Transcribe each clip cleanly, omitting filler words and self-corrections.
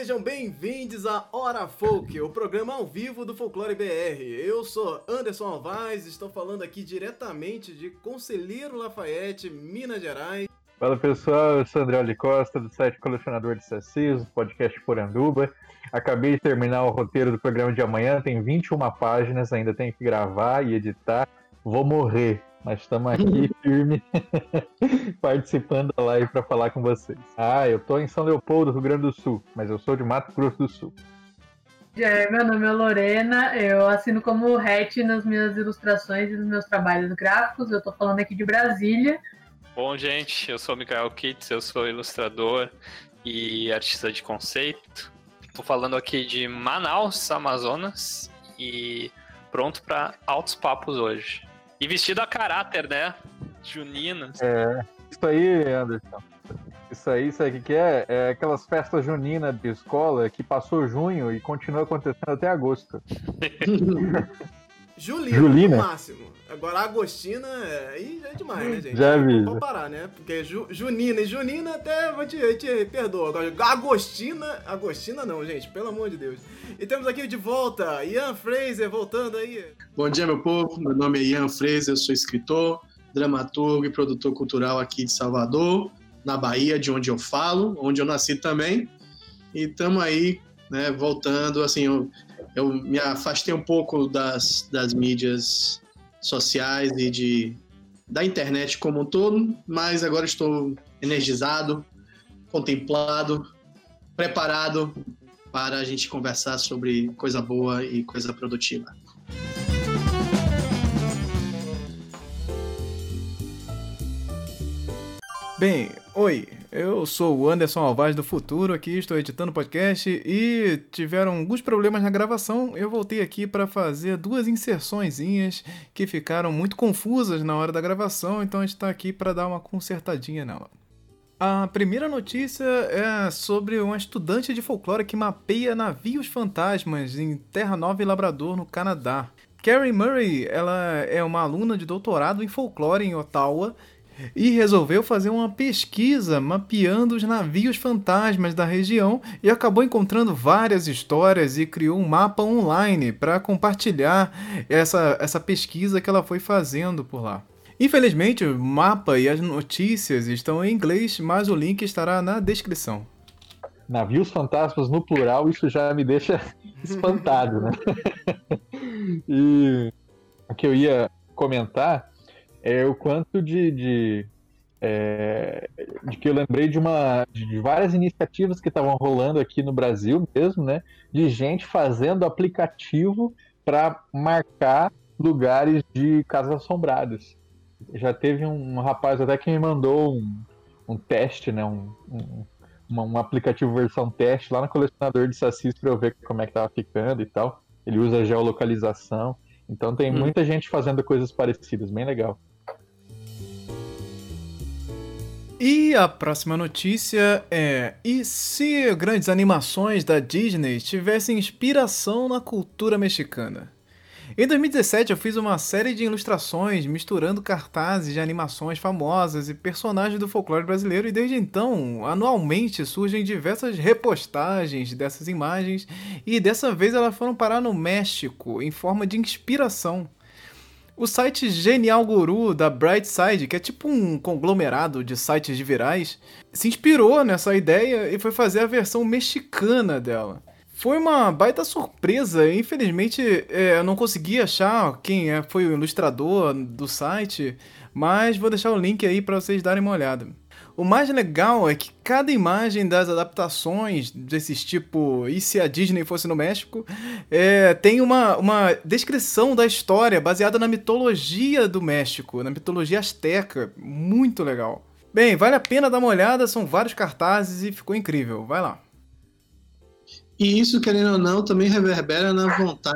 Sejam bem-vindos a Hora Folk, o programa ao vivo do Folclore BR. Eu sou Anderson Alvaz, estou falando aqui diretamente de Conselheiro Lafayette, Minas Gerais. Fala pessoal, eu sou André de Costa, do site Colecionador de Sacis, do podcast Poranduba. Acabei de terminar o roteiro do programa de amanhã, tem 21 páginas, ainda tenho que gravar e editar. Vou morrer, mas estamos aqui firme, participando da live para falar com vocês. Eu tô em São Leopoldo, Rio Grande do Sul, mas eu sou de Mato Grosso do Sul. Meu nome é Lorena, eu assino como Hatch nas minhas ilustrações e nos meus trabalhos gráficos. Eu tô falando aqui de Brasília. Bom, gente, eu sou o Mikael Kitts, eu sou ilustrador e artista de conceito. Tô falando aqui de Manaus, Amazonas, e pronto para altos papos hoje. E vestido a caráter, né? Junina. Isso aí, Anderson. Isso aí, sabe o que é? É aquelas festas juninas de escola que passou junho e continua acontecendo até agosto. Julina, no máximo. Agora a Agostina, aí já é demais, né, gente? Já vi. Não pode parar, né? Porque Junina e Junina até eu te perdoo. Agora, Agostina não, gente, pelo amor de Deus. E temos aqui de volta, Ian Fraser, voltando aí. Bom dia, meu povo. Meu nome é Ian Fraser, eu sou escritor, dramaturgo e produtor cultural aqui de Salvador, na Bahia, de onde eu falo, onde eu nasci também. E estamos aí, né, voltando, assim, eu me afastei um pouco das mídias sociais e da internet como um todo, mas agora estou energizado, contemplado, preparado para a gente conversar sobre coisa boa e coisa produtiva. Bem, oi, eu sou o Anderson Alvaz do Futuro aqui, estou editando o podcast e tiveram alguns problemas na gravação. Eu voltei aqui para fazer duas inserçõezinhas que ficaram muito confusas na hora da gravação, então a gente está aqui para dar uma consertadinha nela. A primeira notícia é sobre uma estudante de folclore que mapeia navios fantasmas em Terra Nova e Labrador, no Canadá. Carrie Murray, ela é uma aluna de doutorado em folclore em Ottawa e resolveu fazer uma pesquisa mapeando os navios fantasmas da região e acabou encontrando várias histórias e criou um mapa online para compartilhar essa pesquisa que ela foi fazendo por lá. Infelizmente, o mapa e as notícias estão em inglês, mas o link estará na descrição. Navios fantasmas no plural, isso já me deixa espantado, né? E o que eu ia comentar é o quanto de que eu lembrei de várias iniciativas que estavam rolando aqui no Brasil mesmo, né? De gente fazendo aplicativo para marcar lugares de casas assombradas. Já teve um rapaz até que me mandou um teste, né? Um aplicativo versão teste lá no Colecionador de Sacis para eu ver como é que tava ficando e tal. Ele usa geolocalização. Então tem muita gente fazendo coisas parecidas, bem legal. E a próxima notícia é: e se grandes animações da Disney tivessem inspiração na cultura mexicana? Em 2017 eu fiz uma série de ilustrações misturando cartazes de animações famosas e personagens do folclore brasileiro, e desde então, anualmente surgem diversas repostagens dessas imagens, e dessa vez elas foram parar no México em forma de inspiração. O site Genial Guru da Brightside, que é tipo um conglomerado de sites de virais, se inspirou nessa ideia e foi fazer a versão mexicana dela. Foi uma baita surpresa, infelizmente eu não consegui achar quem foi o ilustrador do site, mas vou deixar o link aí para vocês darem uma olhada. O mais legal é que cada imagem das adaptações desses tipo E se a Disney fosse no México tem uma descrição da história baseada na mitologia do México, na mitologia azteca. Muito legal. Bem, vale a pena dar uma olhada, são vários cartazes e ficou incrível. Vai lá. E isso, querendo ou não, também reverbera na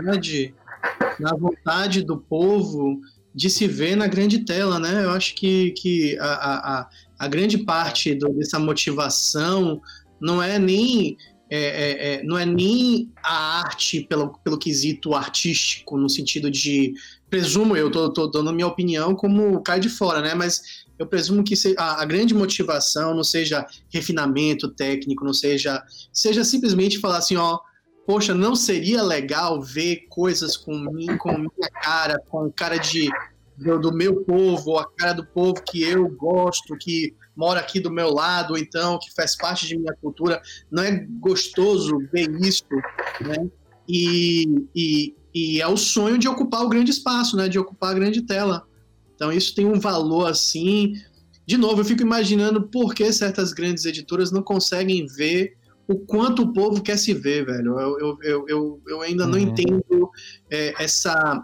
vontade do povo de se ver na grande tela, né? Eu acho que a grande parte dessa motivação não é nem não é nem a arte pelo quesito artístico, no sentido de, presumo eu, tô dando minha opinião como cai de fora, né? Mas eu presumo que a grande motivação não seja refinamento técnico, não seja simplesmente falar assim, ó, poxa, não seria legal ver coisas com minha cara, com cara do meu povo, a cara do povo que eu gosto, que mora aqui do meu lado, então, que faz parte de minha cultura. Não é gostoso ver isso, né? E é o sonho de ocupar o grande espaço, né? De ocupar a grande tela. Então, isso tem um valor, assim... De novo, eu fico imaginando por que certas grandes editoras não conseguem ver o quanto o povo quer se ver, velho. Eu ainda não entendo essa...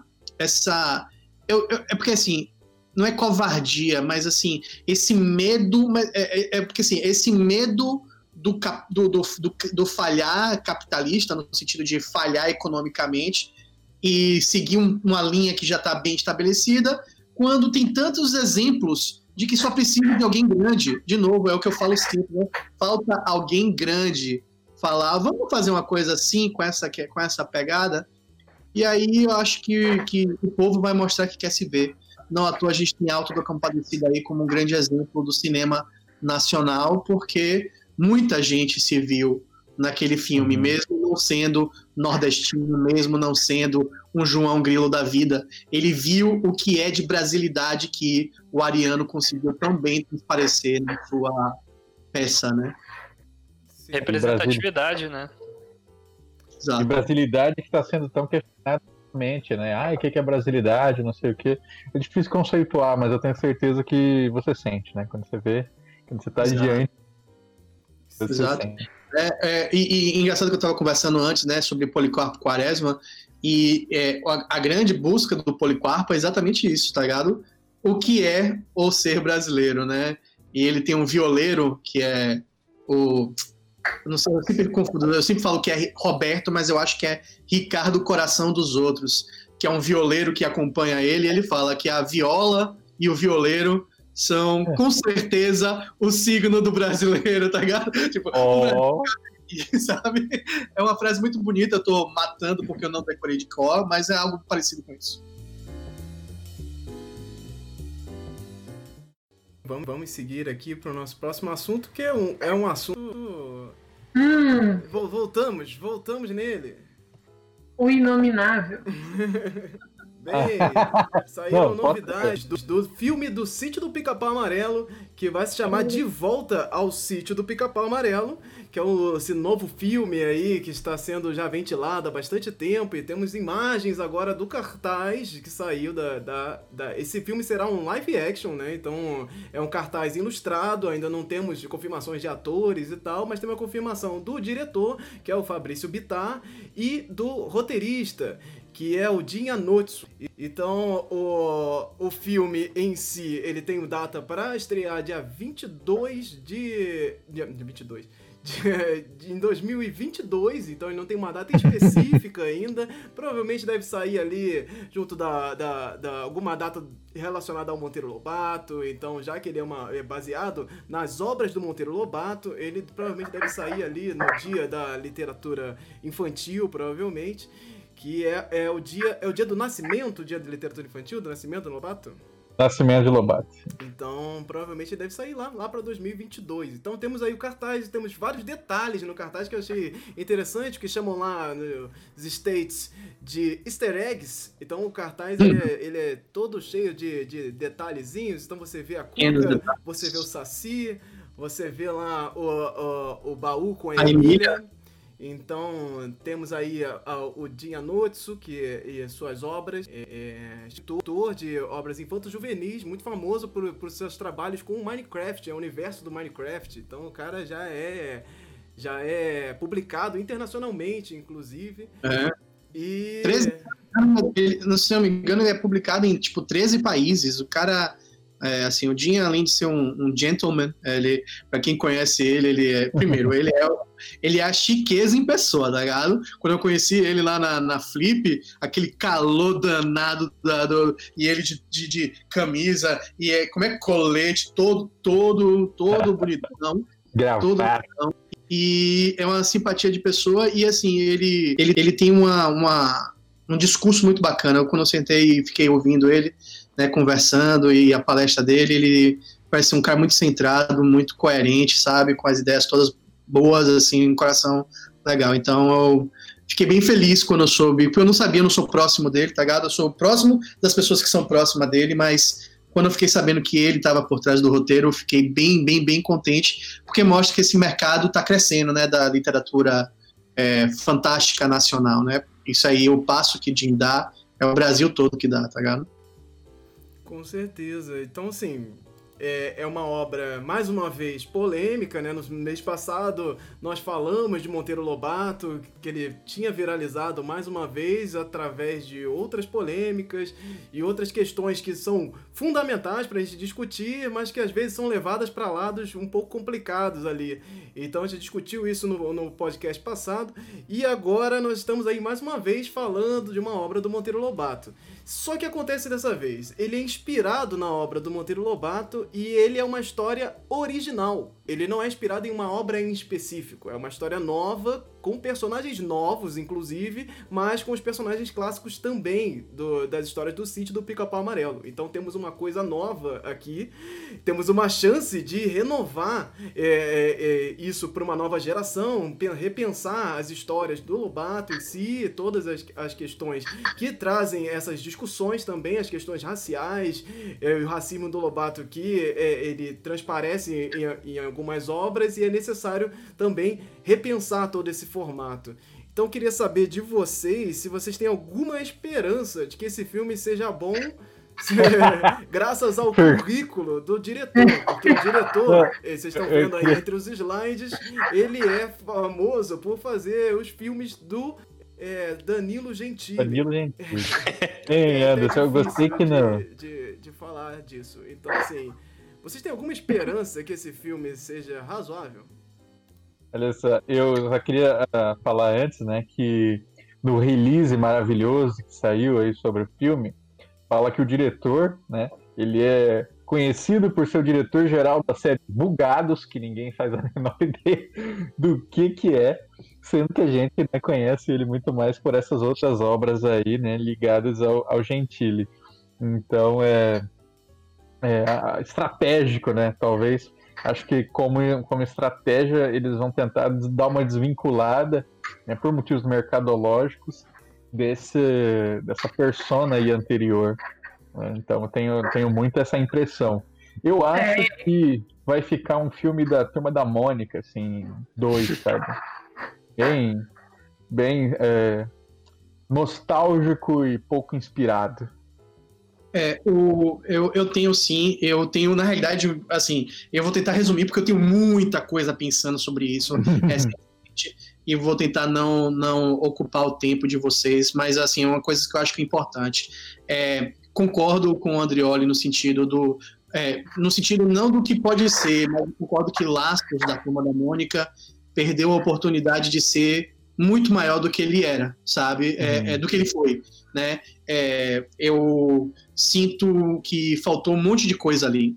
É porque, assim, não é covardia, mas, assim, esse medo... porque, assim, esse medo do falhar capitalista, no sentido de falhar economicamente e seguir uma linha que já está bem estabelecida, quando tem tantos exemplos de que só precisa de alguém grande. De novo, é o que eu falo sempre, né? Falta alguém grande falar, vamos fazer uma coisa assim, com essa pegada, e aí eu acho que o povo vai mostrar que quer se ver. Não à toa a gente tem Auto da Compadecida aí como um grande exemplo do cinema nacional, porque muita gente se viu naquele filme, mesmo não sendo nordestino, mesmo não sendo um João Grilo da vida. Ele viu o que é de brasilidade que o Ariano conseguiu tão bem transparecer na sua peça, né? Sim. Representatividade, né? Exato. E brasilidade que está sendo tão questionada mente, né? O que é brasilidade, não sei o quê. É difícil conceituar, mas eu tenho certeza que você sente, né? Quando você vê, quando você está diante. Exato. E engraçado que eu estava conversando antes, né, sobre Policarpo Quaresma, e a grande busca do Policarpo é exatamente isso, tá ligado? O que é o ser brasileiro, né? E ele tem um violeiro que é o... Não sei, eu sempre confundo, eu sempre falo que é Roberto, mas eu acho que é Ricardo Coração dos Outros, que é um violeiro que acompanha ele, e ele fala que a viola e o violeiro são, com certeza, o signo do brasileiro, tá ligado? Tipo, sabe? É uma frase muito bonita, eu tô matando porque eu não decorei de cor, mas é algo parecido com isso. Vamos seguir aqui para o nosso próximo assunto, que é um assunto... Voltamos nele. O Inominável. Bem, saíram novidades do filme do Sítio do Pica-Pau Amarelo, que vai se chamar De Volta ao Sítio do Pica-Pau Amarelo, que é esse novo filme aí que está sendo já ventilado há bastante tempo, e temos imagens agora do cartaz que saiu esse filme será um live action, né? Então é um cartaz ilustrado, ainda não temos confirmações de atores e tal, mas tem uma confirmação do diretor, que é o Fabrício Bittar, e do roteirista, que é o Jin Anotsu. Então, o filme em si, ele tem data para estrear dia 22 em 2022, então ele não tem uma data específica ainda. Provavelmente deve sair ali junto da alguma data relacionada ao Monteiro Lobato. Então, já que ele é baseado nas obras do Monteiro Lobato, ele provavelmente deve sair ali no dia da literatura infantil, provavelmente. Que é o dia do nascimento, o dia da literatura infantil, do nascimento do Lobato? Nascimento de Lobato. Então, provavelmente deve sair lá para 2022. Então, temos aí o cartaz, temos vários detalhes no cartaz que eu achei interessante, que chamam lá nos States de easter eggs. Então, o cartaz ele é todo cheio de detalhezinhos. Então, você vê a Cuca, você vê o Saci, você vê lá o baú com a Emília. Então, temos aí o Jin Anotsu, e suas obras, escritor de obras infanto-juvenis, muito famoso por seus trabalhos com o Minecraft, o universo do Minecraft. Então, o cara já é publicado internacionalmente, inclusive. E... 13, se não me engano, ele é publicado em, 13 países. O cara... assim, o Jin, além de ser um gentleman, pra quem conhece ele primeiro, ele é a chiqueza em pessoa, tá ligado? Quando eu conheci ele lá na Flip, aquele calor danado, e ele de camisa, e como é colete, todo bonitão. Gravado. e é uma simpatia de pessoa, e assim, ele tem um discurso muito bacana. Quando eu sentei e fiquei ouvindo ele, né, conversando, e a palestra dele, ele parece um cara muito centrado, muito coerente, sabe, com as ideias todas boas, assim, um coração legal. Então eu fiquei bem feliz quando eu soube, porque eu não sabia, eu não sou próximo dele, tá ligado? Eu sou próximo das pessoas que são próximas dele, mas quando eu fiquei sabendo que ele estava por trás do roteiro, eu fiquei bem contente, porque mostra que esse mercado está crescendo, né, da literatura fantástica nacional, né? Isso aí, o passo que Jim dá, é o Brasil todo que dá, tá ligado? Com certeza. Então, assim, é uma obra, mais uma vez, polêmica, né? No mês passado, nós falamos de Monteiro Lobato, que ele tinha viralizado mais uma vez através de outras polêmicas e outras questões que são fundamentais para a gente discutir, mas que às vezes são levadas para lados um pouco complicados ali. Então, a gente discutiu isso no podcast passado e agora nós estamos aí mais uma vez falando de uma obra do Monteiro Lobato. Só que acontece dessa vez, ele é inspirado na obra do Monteiro Lobato e ele é uma história original. Ele não é inspirado em uma obra em específico, é uma história nova, com personagens novos, inclusive, mas com os personagens clássicos também das histórias do Sítio do Pica-Pau Amarelo. Então temos uma coisa nova aqui, temos uma chance de renovar isso para uma nova geração, repensar as histórias do Lobato em si, todas as questões que trazem essas discussões também, as questões raciais, o racismo do Lobato que ele transparece em algumas obras, e é necessário também repensar todo esse formato. Então queria saber de vocês se vocês têm alguma esperança de que esse filme seja bom graças ao currículo do diretor, porque o diretor, vocês estão vendo aí entre os slides, ele é famoso por fazer os filmes do Danilo Gentili. Danilo Gentili. Anderson, eu gostei que não. De falar disso. Então, assim, vocês têm alguma esperança que esse filme seja razoável? Olha só, eu só queria falar antes, né, que no release maravilhoso que saiu aí sobre o filme, fala que o diretor, né, ele é conhecido por ser o diretor-geral da série Bugados, que ninguém faz a menor ideia do que é, sendo que a gente, né, conhece ele muito mais por essas outras obras aí, né, ligadas ao Gentili. Então estratégico, né, talvez. Acho que como estratégia eles vão tentar dar uma desvinculada, né, por motivos mercadológicos dessa persona aí anterior. Então eu tenho muito essa impressão. Eu acho que vai ficar um filme da Turma da Mônica, assim, 2, sabe? Bem nostálgico e pouco inspirado. Eu tenho, na realidade, assim, eu vou tentar resumir porque eu tenho muita coisa pensando sobre isso, e vou tentar não ocupar o tempo de vocês, mas, assim, é uma coisa que eu acho que é importante. Concordo com o Andrioli no sentido não do que pode ser, mas concordo que Laços, da Turma da Mônica, perdeu a oportunidade de ser muito maior do que ele era, sabe? Do que ele foi, né? Eu sinto que faltou um monte de coisa ali,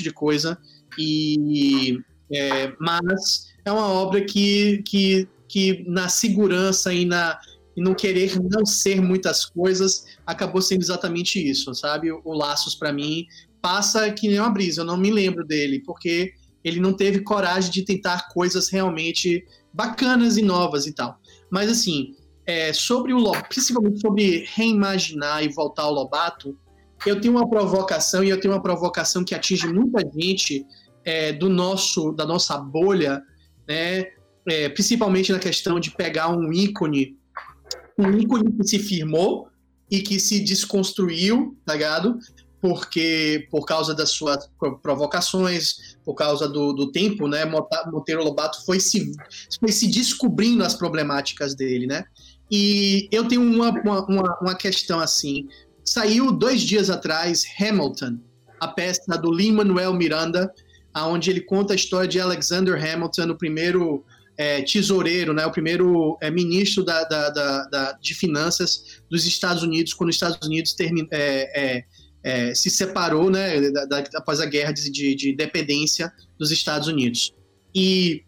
mas é uma obra que na segurança e não querer não ser muitas coisas, acabou sendo exatamente isso, sabe? O Laços, para mim, passa que nem uma brisa, eu não me lembro dele, porque ele não teve coragem de tentar coisas realmente bacanas e novas e tal. Mas, assim, principalmente sobre reimaginar e voltar ao Lobato, eu tenho uma provocação que atinge muita gente da nossa bolha, né? Principalmente na questão de pegar um ícone que se firmou e que se desconstruiu, tá ligado? Porque por causa das suas provocações, por causa do tempo, né? Monteiro Lobato foi se descobrindo as problemáticas dele, né? E eu tenho uma questão assim. Saiu 2 dias atrás Hamilton, a peça do Lin-Manuel Miranda, onde ele conta a história de Alexander Hamilton, o primeiro tesoureiro, né? O primeiro ministro de finanças dos Estados Unidos, quando os Estados Unidos se separou, né, após a guerra de dependência dos Estados Unidos. E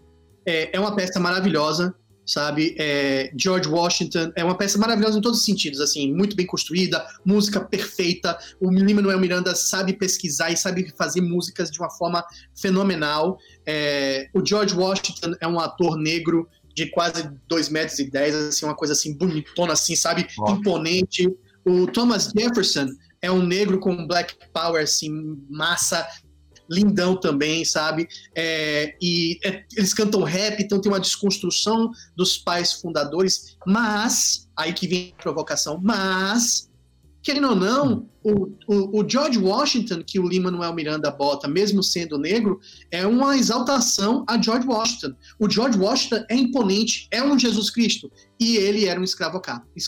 é uma peça maravilhosa, sabe? George Washington é uma peça maravilhosa em todos os sentidos, assim, muito bem construída, música perfeita, o Lin-Manuel Miranda sabe pesquisar e sabe fazer músicas de uma forma fenomenal. O George Washington é um ator negro de quase 2,10 metros, assim, uma coisa assim, bonitona, assim, sabe? Imponente. O Thomas Jefferson é um negro com black power, assim, massa, lindão também, sabe? Eles cantam rap, então tem uma desconstrução dos pais fundadores, mas, aí que vem a provocação, mas, querendo ou não, o George Washington, que o Lin-Manuel Miranda bota, mesmo sendo negro, é uma exaltação a George Washington. O George Washington é imponente, é um Jesus Cristo, e ele era um escravo.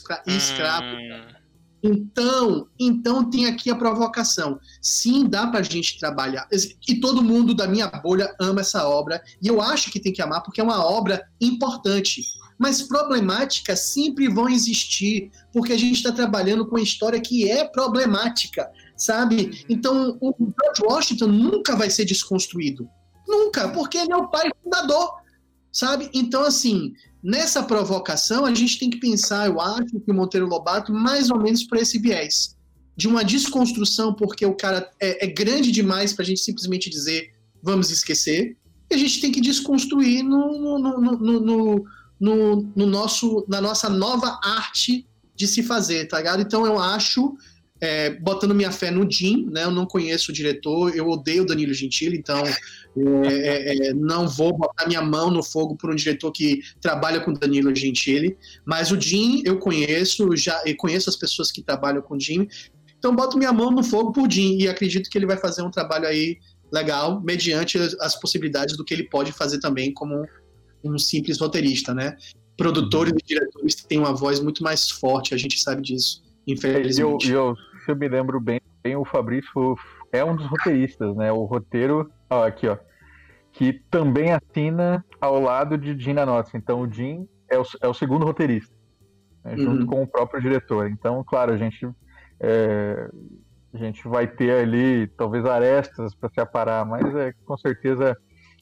Então tem aqui a provocação. Sim, dá pra gente trabalhar. E todo mundo da minha bolha ama essa obra. E eu acho que tem que amar, porque é uma obra importante. Mas problemáticas sempre vão existir, porque a gente está trabalhando com uma história que é problemática, sabe? Então, o George Washington nunca vai ser desconstruído. Nunca, porque ele é o pai fundador, sabe? Então, assim, nessa provocação, a gente tem que pensar, eu acho, que o Monteiro Lobato, mais ou menos por esse viés, de uma desconstrução, porque o cara é grande demais para a gente simplesmente dizer, vamos esquecer, e a gente tem que desconstruir na nossa nova arte de se fazer, tá ligado? Então eu acho, botando minha fé no Jim, né? Eu não conheço o diretor, eu odeio o Danilo Gentili, então não vou botar minha mão no fogo por um diretor que trabalha com Danilo Gentili, mas o Jim eu conheço, eu conheço as pessoas que trabalham com o Jim, então boto minha mão no fogo por Jim e acredito que ele vai fazer um trabalho aí legal, mediante as possibilidades do que ele pode fazer também como um simples roteirista, né? Produtores e diretores têm uma voz muito mais forte, a gente sabe disso, infelizmente. Se eu me lembro bem, o Fabrício é um dos roteiristas, né? O roteiro, aqui, que também assina ao lado de Jim Nanotti. Então o Jim é o segundo roteirista, né? Junto com o próprio diretor. Então, claro, a gente vai ter ali talvez arestas para se aparar, mas com certeza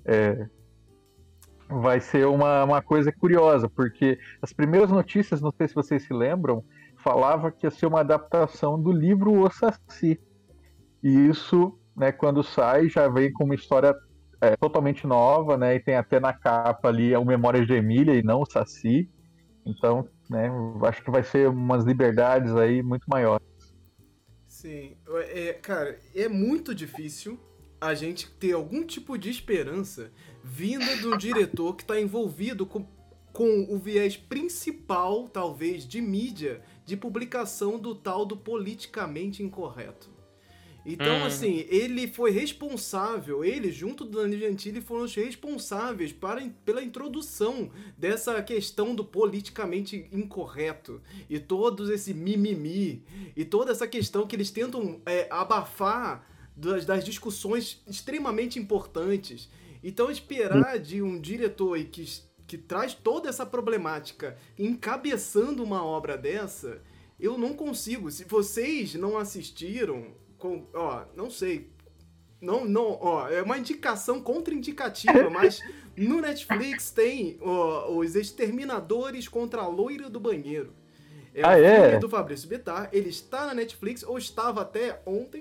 vai ser uma coisa curiosa, porque as primeiras notícias, não sei se vocês se lembram, falava que ia ser uma adaptação do livro O Saci. E isso, né, quando sai, já vem com uma história totalmente nova, né, e tem até na capa ali o Memórias de Emília e não o Saci. Então, né, acho que vai ser umas liberdades aí muito maiores. Sim, cara, é muito difícil a gente ter algum tipo de esperança vinda de um diretor que está envolvido com o viés principal, talvez, de mídia, de publicação do tal do politicamente incorreto. Então, assim, ele foi responsável, ele junto do Danilo Gentili foram os responsáveis pela introdução dessa questão do politicamente incorreto e todo esse mimimi e toda essa questão que eles tentam abafar das discussões extremamente importantes. Então, esperar de um diretor que traz toda essa problemática encabeçando uma obra dessa, eu não consigo. Se vocês não assistiram, não sei, é uma indicação contraindicativa, mas no Netflix tem Os Exterminadores contra a Loira do Banheiro. É um filme do Fabrício Bittar, ele está na Netflix, ou estava até ontem.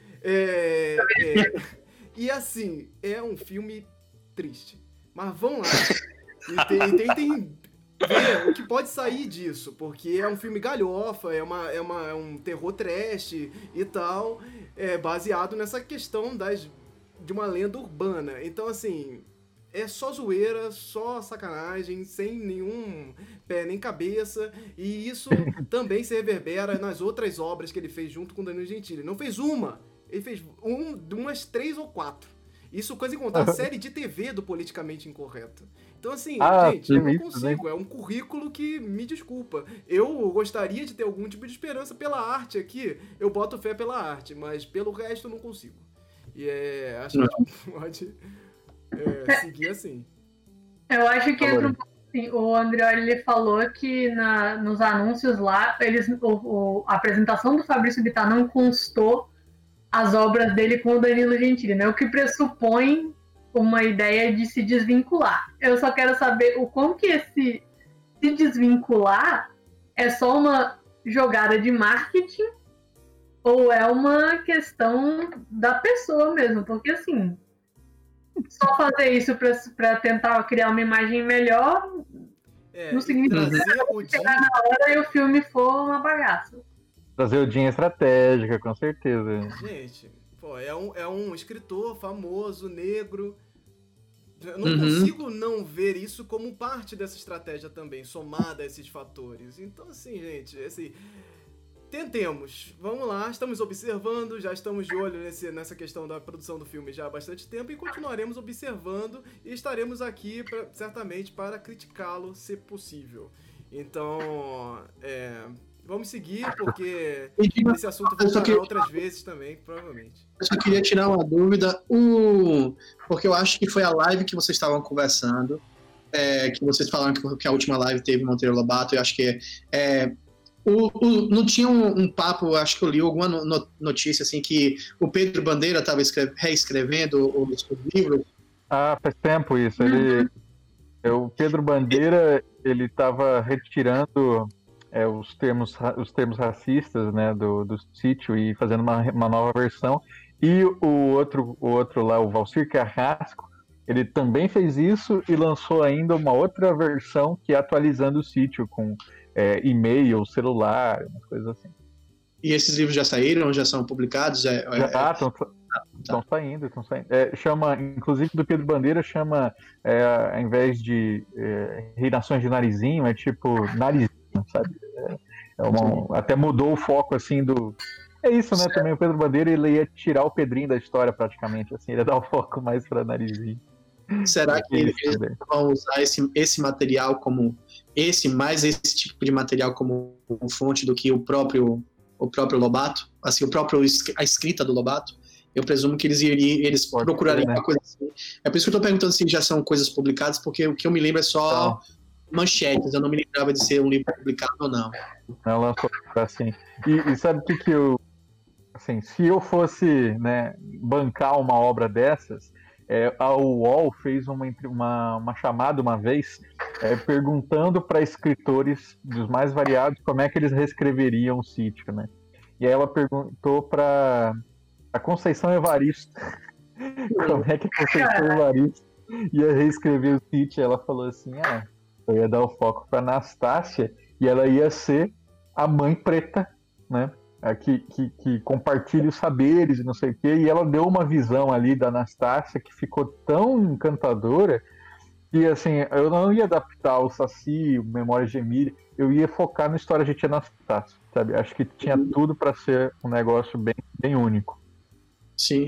E assim, é um filme triste. Mas vão lá e tentem ver o que pode sair disso, porque é um filme galhofa, é um terror trash e tal, baseado nessa questão de uma lenda urbana. Então, assim, é só zoeira, só sacanagem, sem nenhum pé nem cabeça, e isso também se reverbera nas outras obras que ele fez junto com Danilo Gentili. Não fez uma, ele fez umas 3 ou 4. Isso coisa em contar a série de TV do Politicamente Incorreto. Então, assim, gente, eu não consigo. É um currículo que me desculpa. Eu gostaria de ter algum tipo de esperança pela arte aqui. Eu boto fé pela arte, mas pelo resto eu não consigo. E acho que a gente pode seguir assim. Eu acho que entra um pouco assim. O André, ele falou que nos anúncios lá, a apresentação do Fabrício Bittar não constou as obras dele com o Danilo Gentili, né? O que pressupõe uma ideia de se desvincular. Eu só quero saber o como que esse se desvincular é só uma jogada de marketing ou é uma questão da pessoa mesmo, porque assim, só fazer isso para tentar criar uma imagem melhor não significa que chegar na hora e o filme for uma bagaça. Trazer o Jim estratégica, com certeza. Gente, pô, é um escritor famoso, negro. Eu não consigo não ver isso como parte dessa estratégia também, somada a esses fatores. Então, assim, gente, assim, tentemos. Vamos lá, estamos observando, já estamos de olho nessa questão da produção do filme já há bastante tempo e continuaremos observando e estaremos aqui, certamente, para criticá-lo, se possível. Então, vamos seguir, porque esse assunto voltará outras vezes também, provavelmente. Eu só queria tirar uma dúvida, porque eu acho que foi a live que vocês estavam conversando, que vocês falaram que a última live teve Monteiro Lobato, eu acho que não tinha um papo, acho que eu li alguma notícia assim, que o Pedro Bandeira estava reescrevendo os livros. Ah, faz tempo isso. O Pedro Bandeira, ele estava retirando os termos racistas, né, do sítio e fazendo uma nova versão. E o outro lá, o Valcir Carrasco, ele também fez isso e lançou ainda uma outra versão que é atualizando o sítio com e-mail, celular, umas coisas assim. E esses livros já saíram? Já são publicados? Já estão saindo. Chama, inclusive do Pedro Bandeira, chama, ao invés de Reinações de Narizinho, é tipo Narizinho, sabe? Até mudou o foco, assim, do... É isso, né? Também o Pedro Bandeira, ele ia tirar o Pedrinho da história, praticamente, assim, ele ia dar o foco mais pra Narizinho. Será que eles vão usar esse material como... esse tipo de material como fonte do que o próprio Lobato? Assim, a escrita do Lobato? Eu presumo que eles procurariam uma coisa assim. É por isso que eu tô perguntando se já são coisas publicadas, porque o que eu me lembro é só manchetes, eu não me lembrava de ser um livro publicado ou não. Não, lançou assim. E sabe o que eu... Assim, se eu fosse, né, bancar uma obra dessas, a UOL fez uma chamada uma vez perguntando para escritores dos mais variados como é que eles reescreveriam o sítio, né? E aí ela perguntou para a Conceição Evaristo como é que a Conceição Evaristo ia reescrever o sítio. Ela falou assim, eu ia dar o foco para Anastácia e ela ia ser a mãe preta, né? Que compartilha os saberes e não sei o quê, e ela deu uma visão ali da Anastácia que ficou tão encantadora que, assim, eu não ia adaptar o Saci, o Memórias de Emília, eu ia focar na história de Tia Anastácia, sabe? Acho que tinha tudo para ser um negócio bem, bem único. Sim.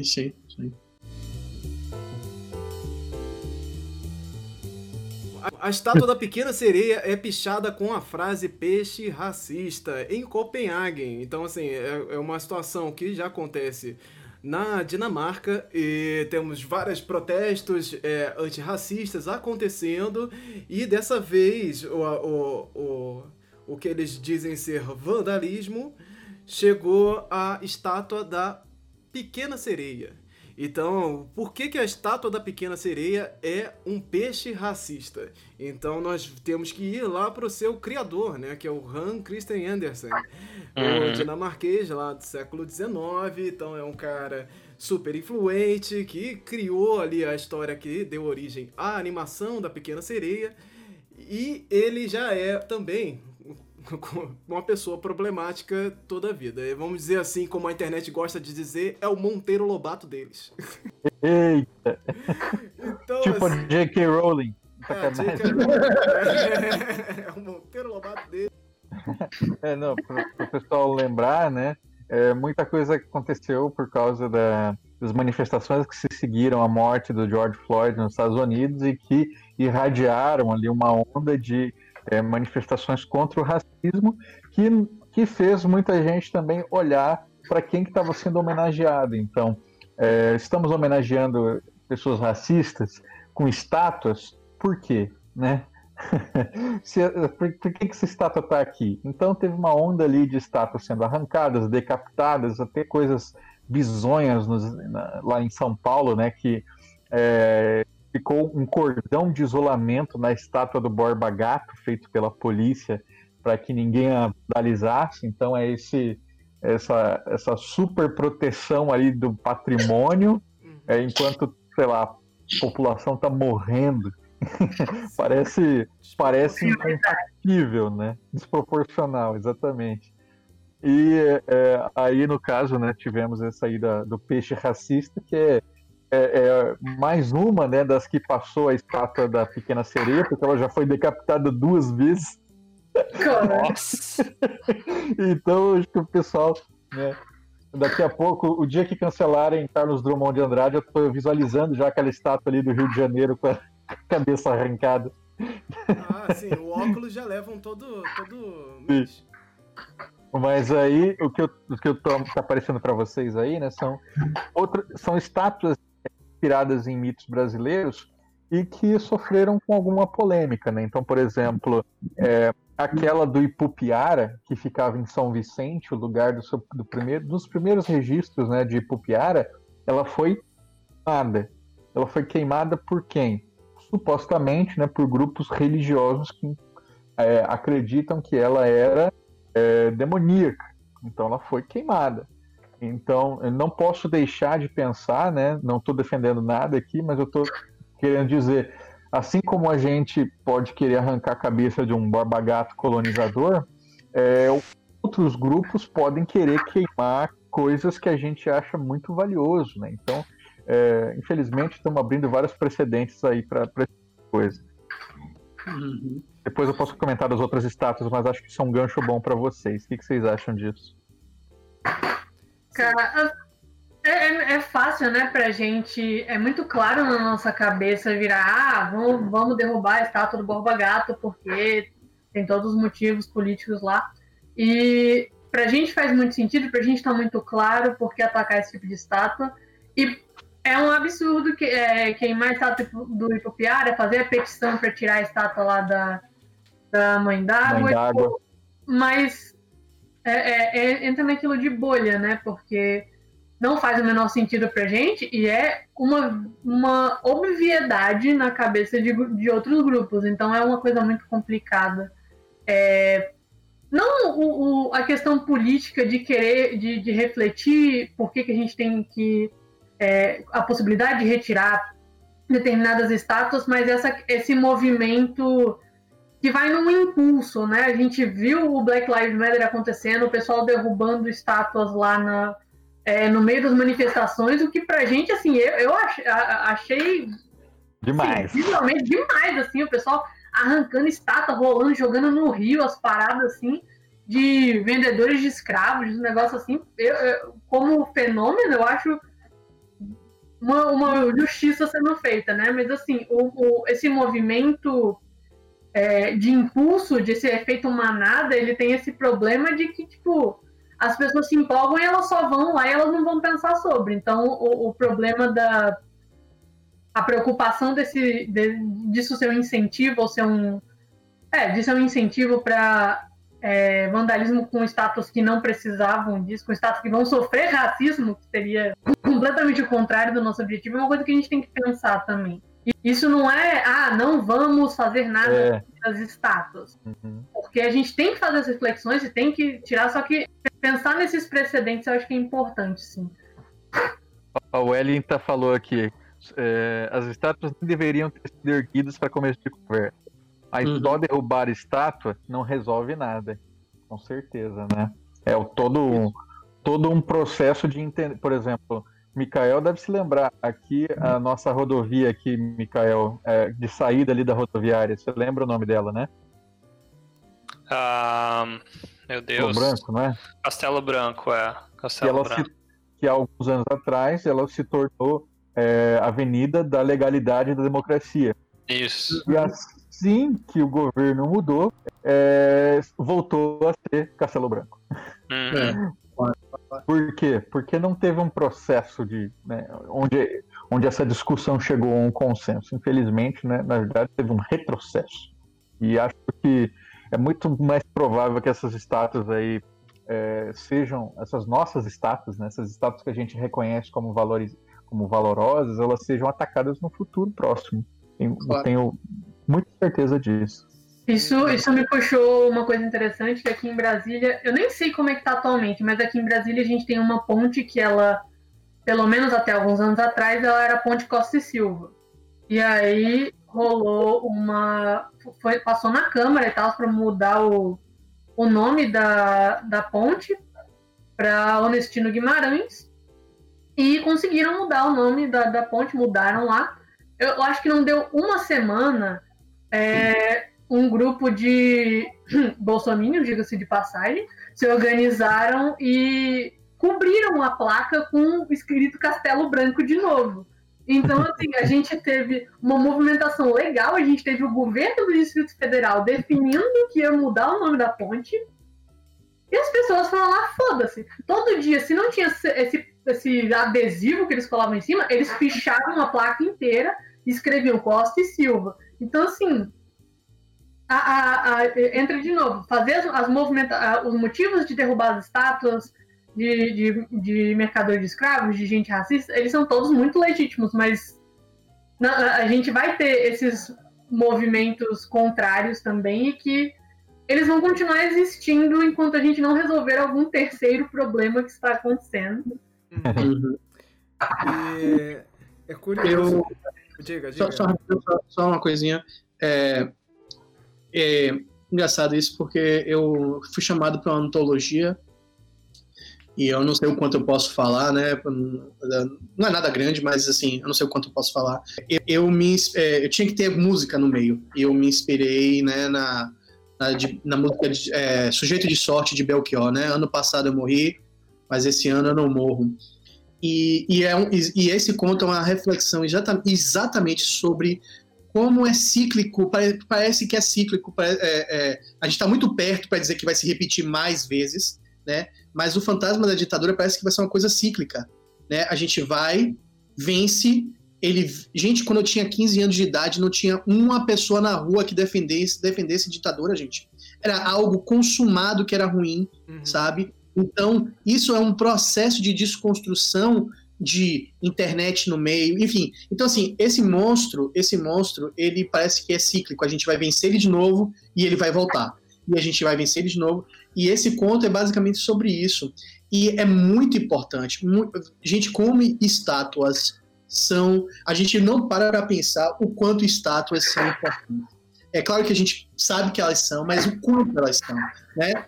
A estátua da Pequena Sereia é pichada com a frase peixe racista em Copenhague. Então, assim, é uma situação que já acontece na Dinamarca e temos vários protestos antirracistas acontecendo e dessa vez o que eles dizem ser vandalismo chegou à estátua da Pequena Sereia. Então, por que a estátua da Pequena Sereia é um peixe racista? Então, nós temos que ir lá para o seu criador, né? Que é o Hans Christian Andersen, o dinamarquês lá do século XIX. Então, é um cara super influente que criou ali a história que deu origem à animação da Pequena Sereia. E ele já é também uma pessoa problemática toda a vida. Vamos dizer assim, como a internet gosta de dizer, é o Monteiro Lobato deles. Eita! Então, tipo assim, J.K. Rowling. É o Monteiro Lobato deles. Para o pessoal lembrar, né? Muita coisa aconteceu por causa das manifestações que se seguiram à morte do George Floyd nos Estados Unidos e que irradiaram ali uma onda de manifestações contra o racismo que fez muita gente também olhar para quem que estava sendo homenageado. Então, estamos homenageando pessoas racistas com estátuas, por quê? Né? Por que essa estátua está aqui? Então teve uma onda ali de estátuas sendo arrancadas, decapitadas, até coisas bizonhas lá em São Paulo, né? Que ficou um cordão de isolamento na estátua do Borba Gato, feito pela polícia, para que ninguém a vandalizasse. Então é essa super proteção ali do patrimônio, enquanto, sei lá, a população está morrendo. parece incompatível, né? Desproporcional, exatamente. E aí, no caso, né, tivemos essa aí do peixe racista, que é mais uma, né, das que passou a estátua da Pequena Sereia, porque ela já foi decapitada 2 vezes. Nossa! Então, acho que o pessoal, né, daqui a pouco, o dia que cancelarem Carlos Drummond de Andrade, eu estou visualizando já aquela estátua ali do Rio de Janeiro com a cabeça arrancada. Ah, sim, o óculos já levam todo mês. Mas aí, o que tá aparecendo para vocês aí, né, são estátuas inspiradas em mitos brasileiros e que sofreram com alguma polêmica, né? Então, por exemplo, aquela do Ipupiara, que ficava em São Vicente, o lugar dos primeiros registros, né, de Ipupiara, ela foi queimada. Ela foi queimada por quem? Supostamente, né, por grupos religiosos que acreditam que ela era demoníaca. Então ela foi queimada. Então eu não posso deixar de pensar, né? Não estou defendendo nada aqui, mas eu estou querendo dizer, assim como a gente pode querer arrancar a cabeça de um Borba-Gato colonizador, outros grupos podem querer queimar coisas que a gente acha muito valioso, né? Então, infelizmente, estamos abrindo vários precedentes aí para essa coisa. Uhum. Depois eu posso comentar das outras estátuas, mas acho que isso é um gancho bom para vocês. O que vocês acham disso? Cara, é fácil, né, pra gente, é muito claro na nossa cabeça virar, vamos derrubar a estátua do Borba Gato, porque tem todos os motivos políticos lá. E pra gente faz muito sentido, pra gente tá muito claro por que atacar esse tipo de estátua. E é um absurdo queimar a estátua do Ipupiara, fazer a petição pra tirar a estátua lá da Mãe d'Água. Mas entra naquilo de bolha, né? Porque não faz o menor sentido pra gente e é uma obviedade na cabeça de outros grupos. Então é uma coisa muito complicada. Não a questão política de querer, de refletir por que a gente tem que a possibilidade de retirar determinadas estátuas, mas esse movimento que vai num impulso, né? A gente viu o Black Lives Matter acontecendo, o pessoal derrubando estátuas lá no meio das manifestações, o que pra gente, assim, eu achei demais. Assim, visualmente demais, assim, o pessoal arrancando estátua, rolando, jogando no rio, as paradas, assim, de vendedores de escravos, um negócio assim. Como fenômeno, eu acho uma justiça sendo feita, né? Mas, assim, esse movimento de impulso, de ser efeito manada, ele tem esse problema de que, tipo, as pessoas se empolgam e elas só vão lá e elas não vão pensar sobre. Então, o problema a preocupação disso ser um incentivo, ou ser de ser um incentivo para vandalismo com estátuas que não precisavam disso, com estátuas que vão sofrer racismo, que seria completamente o contrário do nosso objetivo, é uma coisa que a gente tem que pensar também. Isso não não vamos fazer nada das estátuas. Uhum. Porque a gente tem que fazer as reflexões e tem que tirar, só que pensar nesses precedentes eu acho que é importante, sim. O Wellington falou aqui, as estátuas não deveriam ter sido erguidas para começo de conversa. Aí só derrubar a estátua não resolve nada, com certeza, né? Todo um processo de entender, por exemplo... Mikael deve se lembrar, aqui a nossa rodovia aqui, Mikael, de saída ali da rodoviária, você lembra o nome dela, né? Meu Deus. Castelo Branco, não é? Castelo Branco, Castelo Branco. Que há alguns anos atrás ela se tornou Avenida da Legalidade e da Democracia. Isso. E assim que o governo mudou, voltou a ser Castelo Branco. Uhum. Por quê? Porque não teve um processo onde essa discussão chegou a um consenso. Infelizmente, né, na verdade, teve um retrocesso. E acho que é muito mais provável que essas estátuas aí sejam essas nossas estátuas, né, essas estátuas que a gente reconhece como como valorosas, elas sejam atacadas no futuro próximo. Eu Claro. tenho muita certeza disso. Isso me puxou uma coisa interessante, que aqui em Brasília, eu nem sei como é que tá atualmente, mas aqui em Brasília a gente tem uma ponte que ela, pelo menos até alguns anos atrás, ela era a Ponte Costa e Silva. E aí rolou passou na Câmara e tal, para mudar o nome da ponte para Honestino Guimarães, e conseguiram mudar o nome da ponte, mudaram lá. Eu acho que não deu uma semana, um grupo de bolsominions, diga-se de passagem, se organizaram e cobriram a placa com escrito Castelo Branco de novo. Então, assim, a gente teve uma movimentação legal, a gente teve o governo do Distrito Federal definindo que ia mudar o nome da ponte, e as pessoas foram lá, foda-se. Todo dia, se não tinha esse adesivo que eles colavam em cima, eles fichavam a placa inteira e escreviam Costa e Silva. Então, assim, entra de novo, fazer os motivos de derrubar as estátuas de mercadores de escravos, de gente racista, eles são todos muito legítimos, mas a gente vai ter esses movimentos contrários também, e que eles vão continuar existindo enquanto a gente não resolver algum terceiro problema que está acontecendo. Uhum. É curioso. Diga. Só uma coisinha. É engraçado isso, porque eu fui chamado para uma antologia e eu não sei o quanto eu posso falar, né? Não é nada grande, mas assim, eu não sei o quanto eu posso falar. Eu tinha que ter música no meio, e eu me inspirei, né, na música Sujeito de Sorte, de Belchior, né? Ano passado eu morri, mas esse ano eu não morro. E esse conto é uma reflexão exatamente sobre como é cíclico, parece que é cíclico, a gente está muito perto para dizer que vai se repetir mais vezes, né? Mas o fantasma da ditadura parece que vai ser uma coisa cíclica, né? A gente vai, vence, gente, quando eu tinha 15 anos de idade, não tinha uma pessoa na rua que defendesse ditadura, gente. Era algo consumado que era ruim, sabe? Então, isso é um processo de desconstrução de internet no meio, enfim. Então, assim, esse monstro, ele parece que é cíclico. A gente vai vencer ele de novo e ele vai voltar. E a gente vai vencer ele de novo. E esse conto é basicamente sobre isso. E é muito importante. Gente, como estátuas são... A gente não para pensar o quanto estátuas são importantes. É claro que a gente sabe que elas são, mas o quanto elas são, né?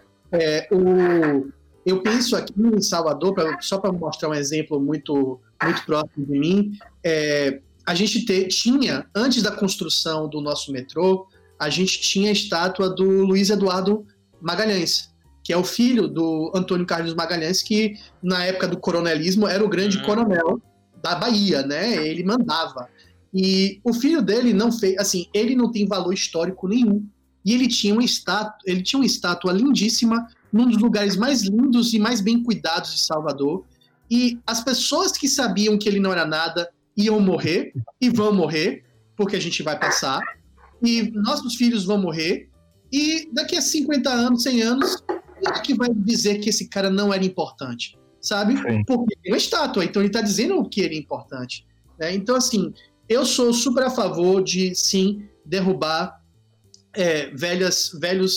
Eu penso aqui em Salvador, só para mostrar um exemplo muito, muito próximo de mim, a gente tinha, antes da construção do nosso metrô, a gente tinha a estátua do Luiz Eduardo Magalhães, que é o filho do Antônio Carlos Magalhães, que na época do coronelismo era o grande coronel da Bahia, né? Ele mandava. E o filho dele não fez, assim, ele não tem valor histórico nenhum. E ele tinha uma estátua lindíssima num dos lugares mais lindos e mais bem cuidados de Salvador. E as pessoas que sabiam que ele não era nada iam morrer, e vão morrer, porque a gente vai passar, e nossos filhos vão morrer, e daqui a 50 anos, 100 anos, quem é que vai dizer que esse cara não era importante? Sabe? Sim. Porque tem uma estátua, então ele está dizendo que ele é importante, né? Então, assim, eu sou super a favor de, sim, derrubar velhos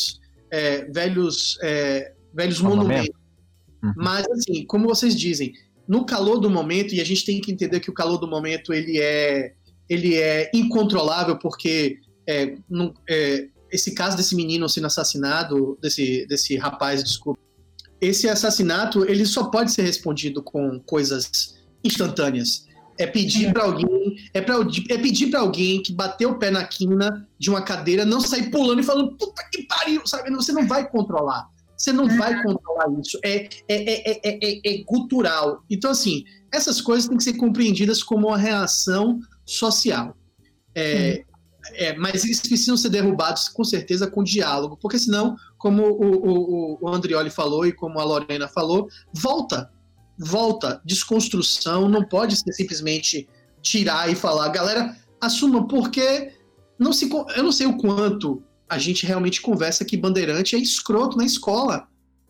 monumentos. Mas, assim, como vocês dizem, no calor do momento, e a gente tem que entender que o calor do momento ele é incontrolável, porque esse caso desse menino sendo assassinado, desse rapaz, desculpa, esse assassinato ele só pode ser respondido com coisas instantâneas. É pedir para alguém que bateu o pé na quina de uma cadeira não sair pulando e falando puta que pariu, sabe? Você não vai controlar. Você não vai controlar isso. É cultural. Então, assim, essas coisas têm que ser compreendidas como uma reação social. Mas eles precisam ser derrubados, com certeza, com diálogo. Porque senão, como o Andrioli falou e como a Lorena falou, volta. Desconstrução não pode ser simplesmente tirar e falar. Galera, assumam, porque eu não sei o quanto a gente realmente conversa que bandeirante é escroto na escola.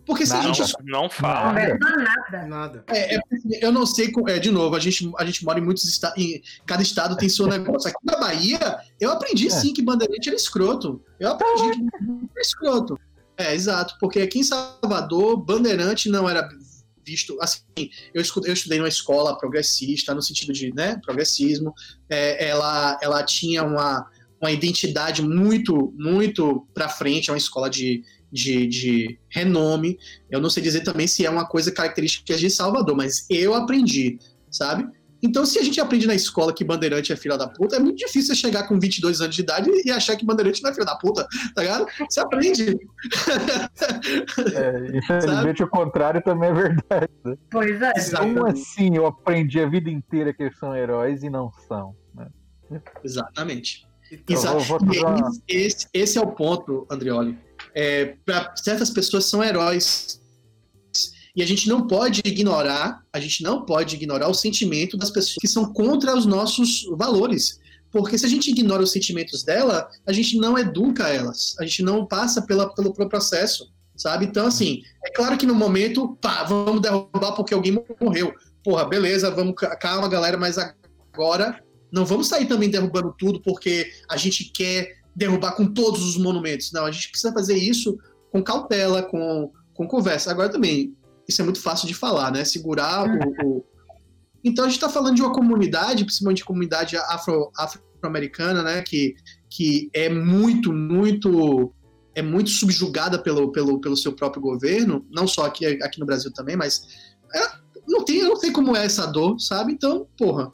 Porque se a Nada. gente Não Não fala. conversa nada. Nada. eu não sei, de novo, a gente mora em muitos estados, cada estado tem seu negócio. Aqui na Bahia, eu aprendi sim que Bandeirante era escroto. Eu aprendi que Bandeirante era escroto. Exato, porque aqui em Salvador, Bandeirante não era visto, assim, eu estudei numa escola progressista, no sentido de, né, progressismo, ela tinha uma identidade muito, muito pra frente, é uma escola de renome. Eu não sei dizer também se é uma coisa característica de Salvador, mas eu aprendi, sabe? Então, se a gente aprende na escola que Bandeirante é filha da puta, é muito difícil você chegar com 22 anos de idade e achar que Bandeirante não é filha da puta, tá ligado? Você aprende. Infelizmente, o contrário também é verdade. Né? Pois é. Como assim eu aprendi a vida inteira que eles são heróis e não são? Né? Exatamente. Então, Esse é o ponto, Andrioli. Para certas pessoas são heróis. E a gente não pode ignorar o sentimento das pessoas que são contra os nossos valores. Porque se a gente ignora os sentimentos dela, a gente não educa elas. A gente não passa pelo processo, sabe? Então, assim, é claro que no momento, vamos derrubar porque alguém morreu. Porra, beleza, calma, galera, mas agora não vamos sair também derrubando tudo porque a gente quer derrubar com todos os monumentos. Não, a gente precisa fazer isso com cautela, com conversa. Agora também, isso é muito fácil de falar, né? Segurar o... Então a gente está falando de uma comunidade, principalmente comunidade afro-americana, né? Que é muito subjugada pelo seu próprio governo, não só aqui no Brasil também, mas eu não sei como é essa dor, sabe? Então, porra,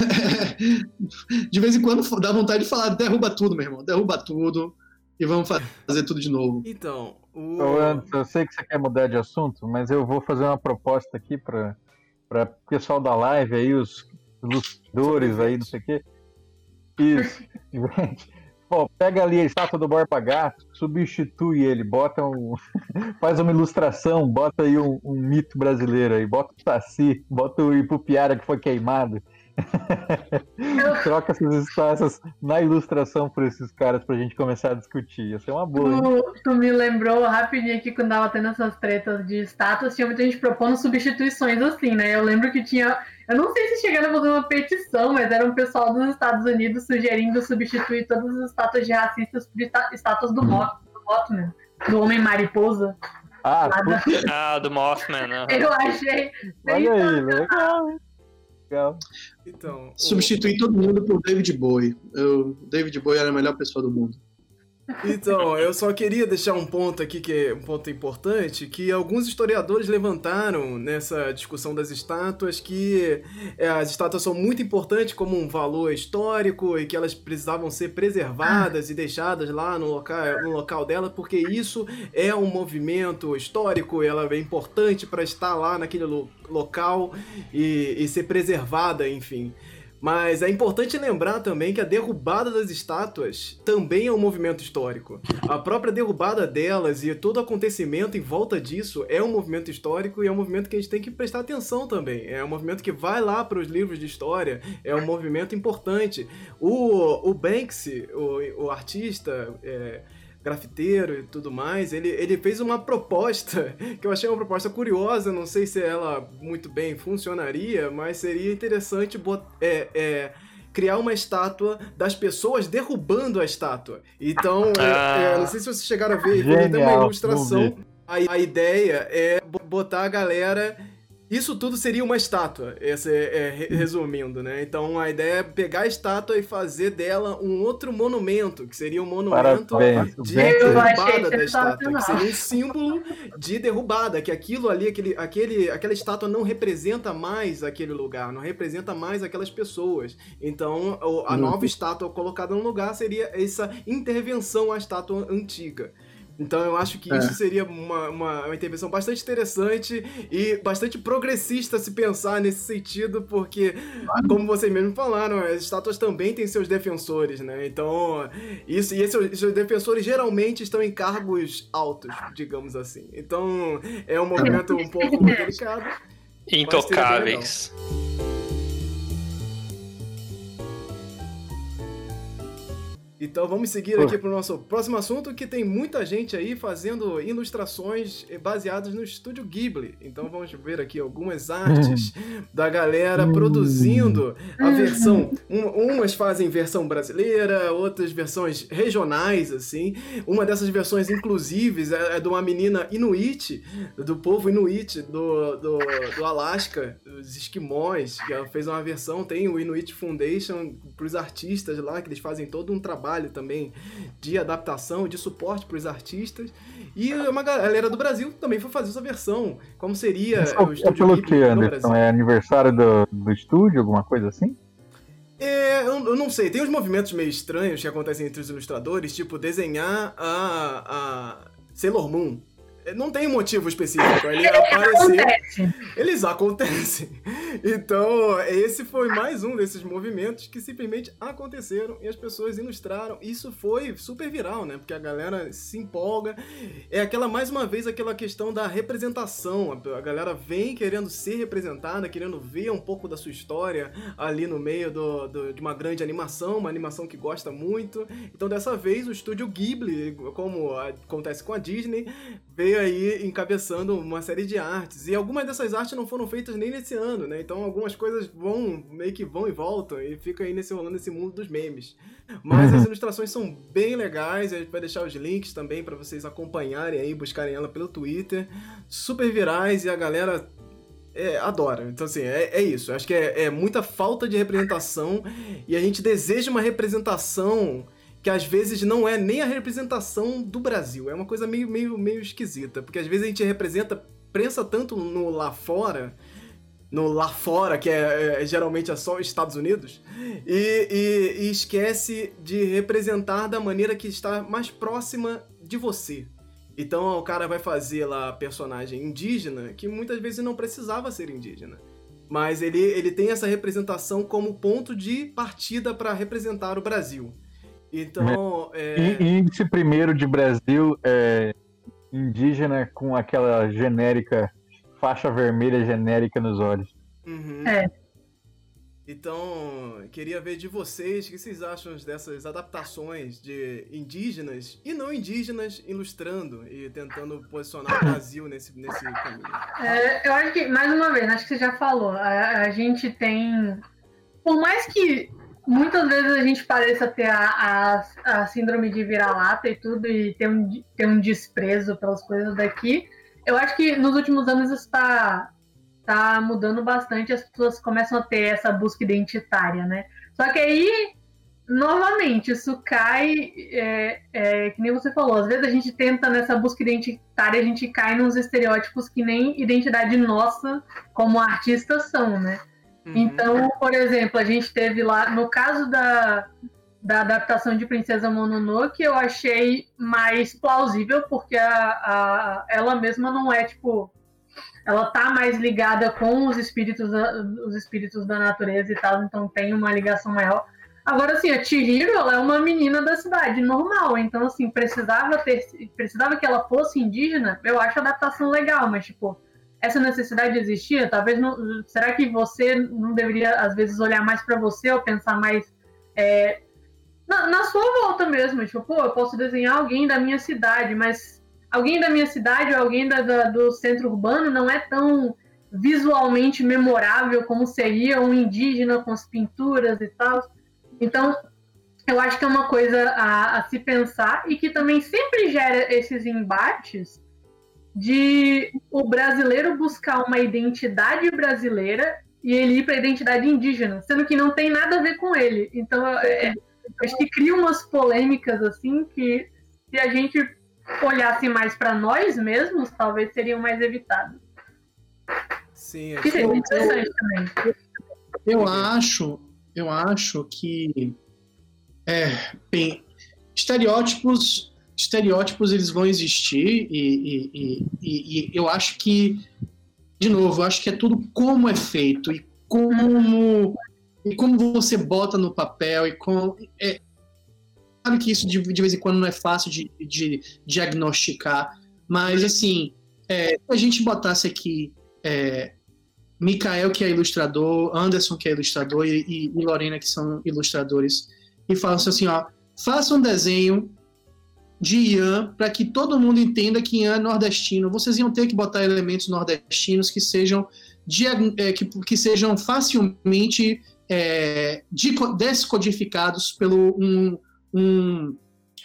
de vez em quando dá vontade de falar, derruba tudo, meu irmão, derruba tudo e vamos fazer tudo de novo. Então, Eu sei que você quer mudar de assunto, mas eu vou fazer uma proposta aqui para o pessoal da live aí, os ilustradores aí, não sei o quê. Isso, gente. Pô, pega ali a estátua do Borba Gato, substitui ele, faz uma ilustração, bota aí um mito brasileiro aí, bota o Saci, bota o Ipupiara que foi queimado. Troca essas estátuas na ilustração por esses caras pra gente começar a discutir. Ia ser uma boa, hein? Tu me lembrou rapidinho aqui quando tava tendo essas tretas de estátuas, tinha muita gente propondo substituições assim, né? Eu lembro que tinha. Eu não sei se chegaram a fazer uma petição, mas era um pessoal dos Estados Unidos sugerindo substituir todas as estátuas de racistas por estátuas do Mothman, do Homem-Mariposa. Do Mothman, né? Eu achei. Olha aí, legal, hein? Então, Substituir todo mundo por David Bowie. David Bowie era a melhor pessoa do mundo. Então, eu só queria deixar um ponto aqui, que é um ponto importante, que alguns historiadores levantaram nessa discussão das estátuas, que as estátuas são muito importantes como um valor histórico e que elas precisavam ser preservadas e deixadas lá no local dela, porque isso é um movimento histórico, ela é importante para estar lá naquele local e ser preservada, enfim. Mas é importante lembrar também que a derrubada das estátuas também é um movimento histórico. A própria derrubada delas e todo acontecimento em volta disso é um movimento histórico e é um movimento que a gente tem que prestar atenção também. É um movimento que vai lá para os livros de história, é um movimento importante. O Banksy, o artista... grafiteiro e tudo mais, ele fez uma proposta, que eu achei uma proposta curiosa, não sei se ela muito bem funcionaria, mas seria interessante criar uma estátua das pessoas derrubando a estátua. Então, não sei se vocês chegaram a ver, tem uma ilustração, a ideia é botar a galera... Isso tudo seria uma estátua, resumindo, né? Então a ideia é pegar a estátua e fazer dela um outro monumento, que seria um monumento de derrubada da estátua, que seria um símbolo de derrubada, que aquilo ali, aquela estátua não representa mais aquele lugar, não representa mais aquelas pessoas. Então a nova estátua colocada no lugar seria essa intervenção à estátua antiga. Então eu acho que isso seria uma intervenção bastante interessante e bastante progressista se pensar nesse sentido, porque, como vocês mesmos falaram, as estátuas também têm seus defensores, né? Então, esses defensores geralmente estão em cargos altos, digamos assim. Então, é um movimento um pouco delicado. Então vamos seguir aqui para o nosso próximo assunto, que tem muita gente aí fazendo ilustrações baseadas no Estúdio Ghibli. Então vamos ver aqui algumas artes da galera produzindo a versão. Umas fazem versão brasileira, outras versões regionais, assim. Uma dessas versões, inclusive, é de uma menina Inuit, do povo Inuit do Alasca, os esquimós, que ela fez uma versão. Tem o Inuit Foundation para os artistas lá, que eles fazem todo um trabalho também de adaptação, de suporte para os artistas, e uma galera do Brasil também foi fazer essa versão. Como seria o Estúdio pelo Ghibli que, no Anderson? Brasil? É aniversário do estúdio, alguma coisa assim? Eu não sei, tem uns movimentos meio estranhos que acontecem entre os ilustradores, tipo desenhar a Sailor Moon. Não tem motivo específico, ele aparecer. Eles acontecem. Então, esse foi mais um desses movimentos que simplesmente aconteceram e as pessoas ilustraram. Isso foi super viral, né? Porque a galera se empolga. É mais uma vez, aquela questão da representação. A galera vem querendo ser representada, querendo ver um pouco da sua história ali no meio de uma grande animação, uma animação que gosta muito. Então, dessa vez, o Estúdio Ghibli, como acontece com a Disney, veio aí encabeçando uma série de artes. E algumas dessas artes não foram feitas nem nesse ano, né? Então algumas coisas meio que vão e voltam e fica aí rolando esse mundo dos memes. Mas as ilustrações são bem legais, a gente vai deixar os links também para vocês acompanharem aí, buscarem ela pelo Twitter. Super virais e a galera adora. Então assim, é isso. Acho que é muita falta de representação e a gente deseja uma representação que às vezes não é nem a representação do Brasil. É uma coisa meio esquisita, porque às vezes a gente pensa tanto no lá fora, que geralmente é só os Estados Unidos, e esquece de representar da maneira que está mais próxima de você. Então o cara vai fazer lá a personagem indígena, que muitas vezes não precisava ser indígena. Mas ele tem essa representação como ponto de partida para representar o Brasil. Então, Índice primeiro de Brasil indígena com aquela genérica, faixa vermelha genérica nos olhos. Uhum. Então, queria ver de vocês, o que vocês acham dessas adaptações de indígenas e não indígenas ilustrando e tentando posicionar o Brasil nesse caminho. Eu acho que, mais uma vez, acho que você já falou, a gente tem, por mais que muitas vezes a gente pareça ter a síndrome de vira-lata e tudo, e ter um desprezo pelas coisas daqui, eu acho que nos últimos anos isso tá mudando bastante, as pessoas começam a ter essa busca identitária, né? Só que aí, novamente, isso cai, que nem você falou, às vezes a gente tenta nessa busca identitária, a gente cai nos estereótipos que nem identidade nossa como artistas são, né? Então, por exemplo, a gente teve lá, no caso da adaptação de Princesa Mononoke, eu achei mais plausível, porque ela mesma não é, tipo, ela tá mais ligada com os espíritos da natureza e tal, então tem uma ligação maior. Agora, assim, a Chihiro, ela é uma menina da cidade, normal, então, assim, precisava que ela fosse indígena, eu acho a adaptação legal, mas, tipo, essa necessidade existia? Talvez não. Será que você não deveria, às vezes, olhar mais para você ou pensar mais na sua volta mesmo? Tipo, eu posso desenhar alguém da minha cidade, mas alguém da minha cidade ou alguém do centro urbano não é tão visualmente memorável como seria um indígena com as pinturas e tal. Então, eu acho que é uma coisa a se pensar e que também sempre gera esses embates de o brasileiro buscar uma identidade brasileira e ele ir para a identidade indígena, sendo que não tem nada a ver com ele. Então, acho que cria umas polêmicas assim que, se a gente olhasse mais para nós mesmos, talvez seriam mais evitadas. Sim, que seria interessante também. Eu acho que bem, estereótipos eles vão existir e eu acho que, de novo, eu acho que é tudo como é feito e como você bota no papel e sabe que isso de vez em quando não é fácil de diagnosticar, mas assim, se a gente botasse aqui Mikael, que é ilustrador, Anderson, que é ilustrador, e Lorena, que são ilustradores, e falasse assim, ó, faça um desenho de Ian para que todo mundo entenda que Ian é nordestino. Vocês iam ter que botar elementos nordestinos que sejam, que sejam facilmente descodificados pelo um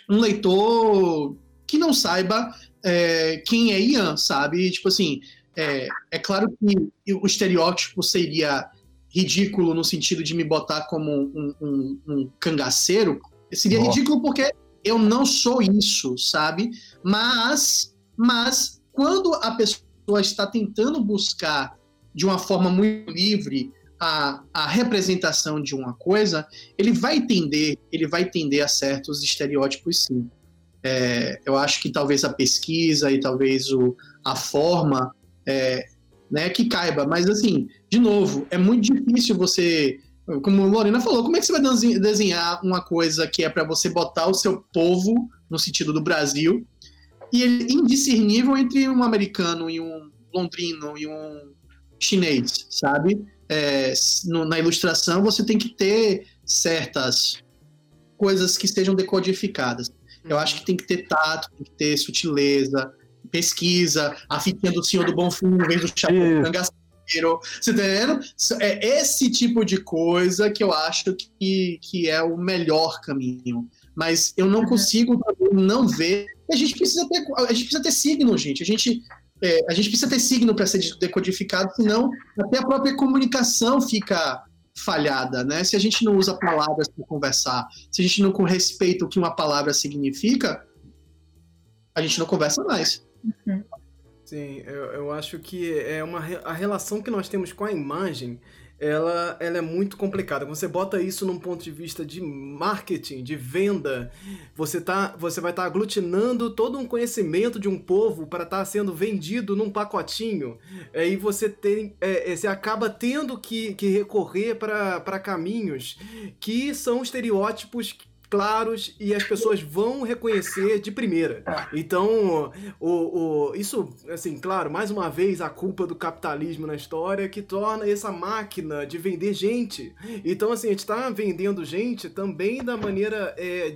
leitor que não saiba quem é Ian, sabe? Tipo assim, é claro que o estereótipo seria ridículo no sentido de me botar como um cangaceiro. Seria ridículo porque eu não sou isso, sabe? Mas quando a pessoa está tentando buscar de uma forma muito livre a representação de uma coisa, ele vai tender a certos estereótipos, sim. Eu acho que talvez a pesquisa e talvez a forma né, que caiba, mas assim, de novo, é muito difícil você, como a Lorena falou, como é que você vai desenhar uma coisa que é para você botar o seu povo, no sentido do Brasil, e ele indiscernível entre um americano e um londrino e um chinês, sabe? Na ilustração você tem que ter certas coisas que estejam decodificadas. Eu acho que tem que ter tato, tem que ter sutileza, pesquisa, a fitinha do Senhor do Bonfim em vez do chapéu do cangaceiro. Você tá entendendo? É esse tipo de coisa que eu acho que é o melhor caminho. Mas eu não consigo não ver. A gente precisa ter signo, gente. A gente precisa ter signo para ser decodificado, senão até a própria comunicação fica falhada, né? Se a gente não usa palavras para conversar, se a gente não respeita o que uma palavra significa, a gente não conversa mais. Sim, eu acho que a relação que nós temos com a imagem, ela é muito complicada. Quando você bota isso num ponto de vista de marketing, de venda, você vai estar aglutinando todo um conhecimento de um povo para estar sendo vendido num pacotinho. E você acaba tendo que recorrer para caminhos que são estereótipos claros e as pessoas vão reconhecer de primeira. Então, isso, assim, claro, mais uma vez a culpa do capitalismo na história que torna essa máquina de vender gente. Então, assim, a gente tá vendendo gente também da maneira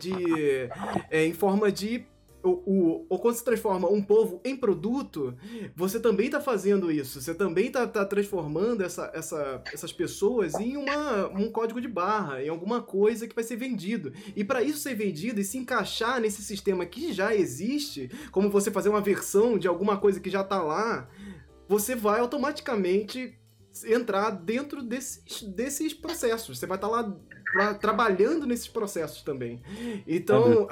em forma de ou quando se transforma um povo em produto, você também está fazendo isso. Você também está transformando essas pessoas em um código de barra, em alguma coisa que vai ser vendido. E para isso ser vendido e se encaixar nesse sistema que já existe, como você fazer uma versão de alguma coisa que já está lá, você vai automaticamente entrar dentro desses processos. Você vai estar lá trabalhando nesses processos também. Então,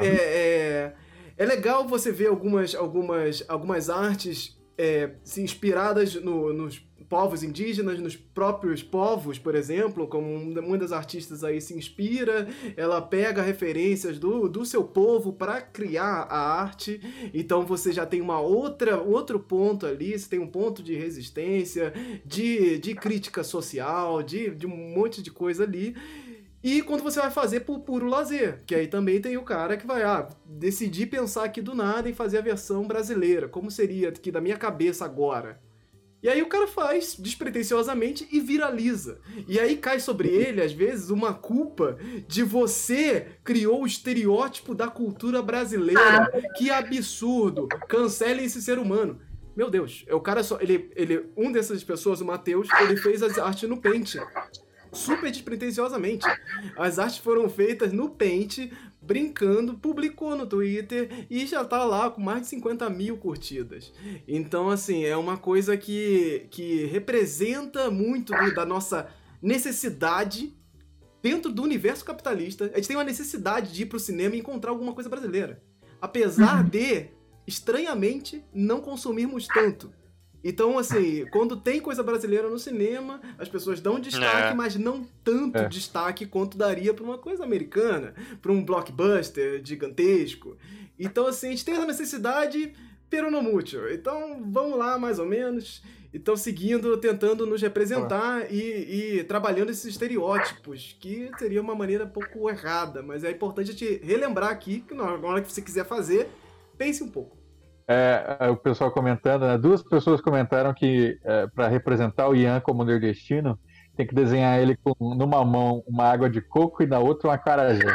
é legal você ver algumas artes inspiradas nos povos indígenas, nos próprios povos, por exemplo, como uma das artistas aí se inspira, ela pega referências do seu povo para criar a arte. Então você já tem outro ponto ali, você tem um ponto de resistência, de crítica social, de um monte de coisa ali. E quando você vai fazer por puro lazer, que aí também tem o cara que vai decidir pensar aqui do nada em fazer a versão brasileira, como seria aqui da minha cabeça agora. E aí o cara faz despretensiosamente e viraliza. E aí cai sobre ele, às vezes, uma culpa de você criou o estereótipo da cultura brasileira. Que absurdo! Cancelem esse ser humano. Meu Deus, o cara um dessas pessoas, o Matheus, ele fez as artes no Paint. Super despretensiosamente. As artes foram feitas no Paint, brincando, publicou no Twitter e já tá lá com mais de 50 mil curtidas. Então, assim, é uma coisa que representa muito da nossa necessidade dentro do universo capitalista. A gente tem uma necessidade de ir pro cinema e encontrar alguma coisa brasileira. Apesar de, estranhamente, não consumirmos tanto. Então, assim, quando tem coisa brasileira no cinema, as pessoas dão destaque, mas não tanto destaque quanto daria pra uma coisa americana, pra um blockbuster gigantesco. Então, assim, a gente tem essa necessidade, pero no mucho. Então, vamos lá, mais ou menos. Então, seguindo, tentando nos representar e trabalhando esses estereótipos, que seria uma maneira um pouco errada, mas é importante a gente relembrar aqui, que na hora que você quiser fazer, pense um pouco. O pessoal comentando, né? 2 pessoas comentaram que para representar o Ian como nordestino, tem que desenhar ele com numa mão uma água de coco e na outra uma acarajé.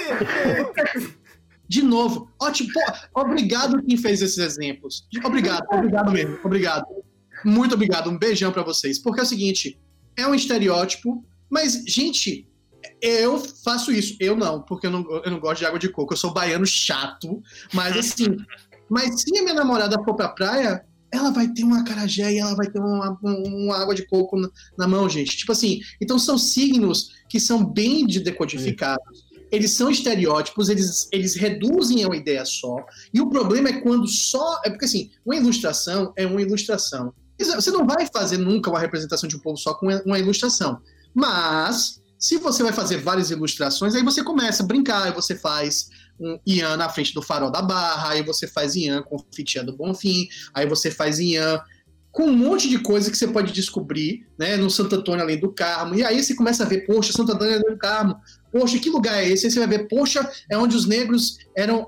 De novo, ótimo, obrigado quem fez esses exemplos. Obrigado mesmo, obrigado. Muito obrigado, um beijão pra vocês. Porque é o seguinte, é um estereótipo, mas, gente, eu faço isso. Eu não, porque eu não gosto de água de coco. Eu sou baiano chato, mas assim, mas se a minha namorada for pra praia, ela vai ter um acarajé e ela vai ter uma água de coco na mão, gente. Tipo assim, então são signos que são bem decodificados. Eles são estereótipos, eles reduzem a uma ideia só. E o problema é quando só... É porque, assim, uma ilustração é uma ilustração. Você não vai fazer nunca uma representação de um povo só com uma ilustração. Mas, se você vai fazer várias ilustrações, aí você começa a brincar, aí você faz um Ian na frente do farol da Barra, aí você faz Ian com Fitinha do Bonfim, aí você faz Ian com um monte de coisa que você pode descobrir, né, no Santo Antônio Além do Carmo. E aí você começa a ver, poxa, Santo Antônio Além do Carmo, poxa, que lugar é esse? Aí você vai ver, poxa, é onde os negros eram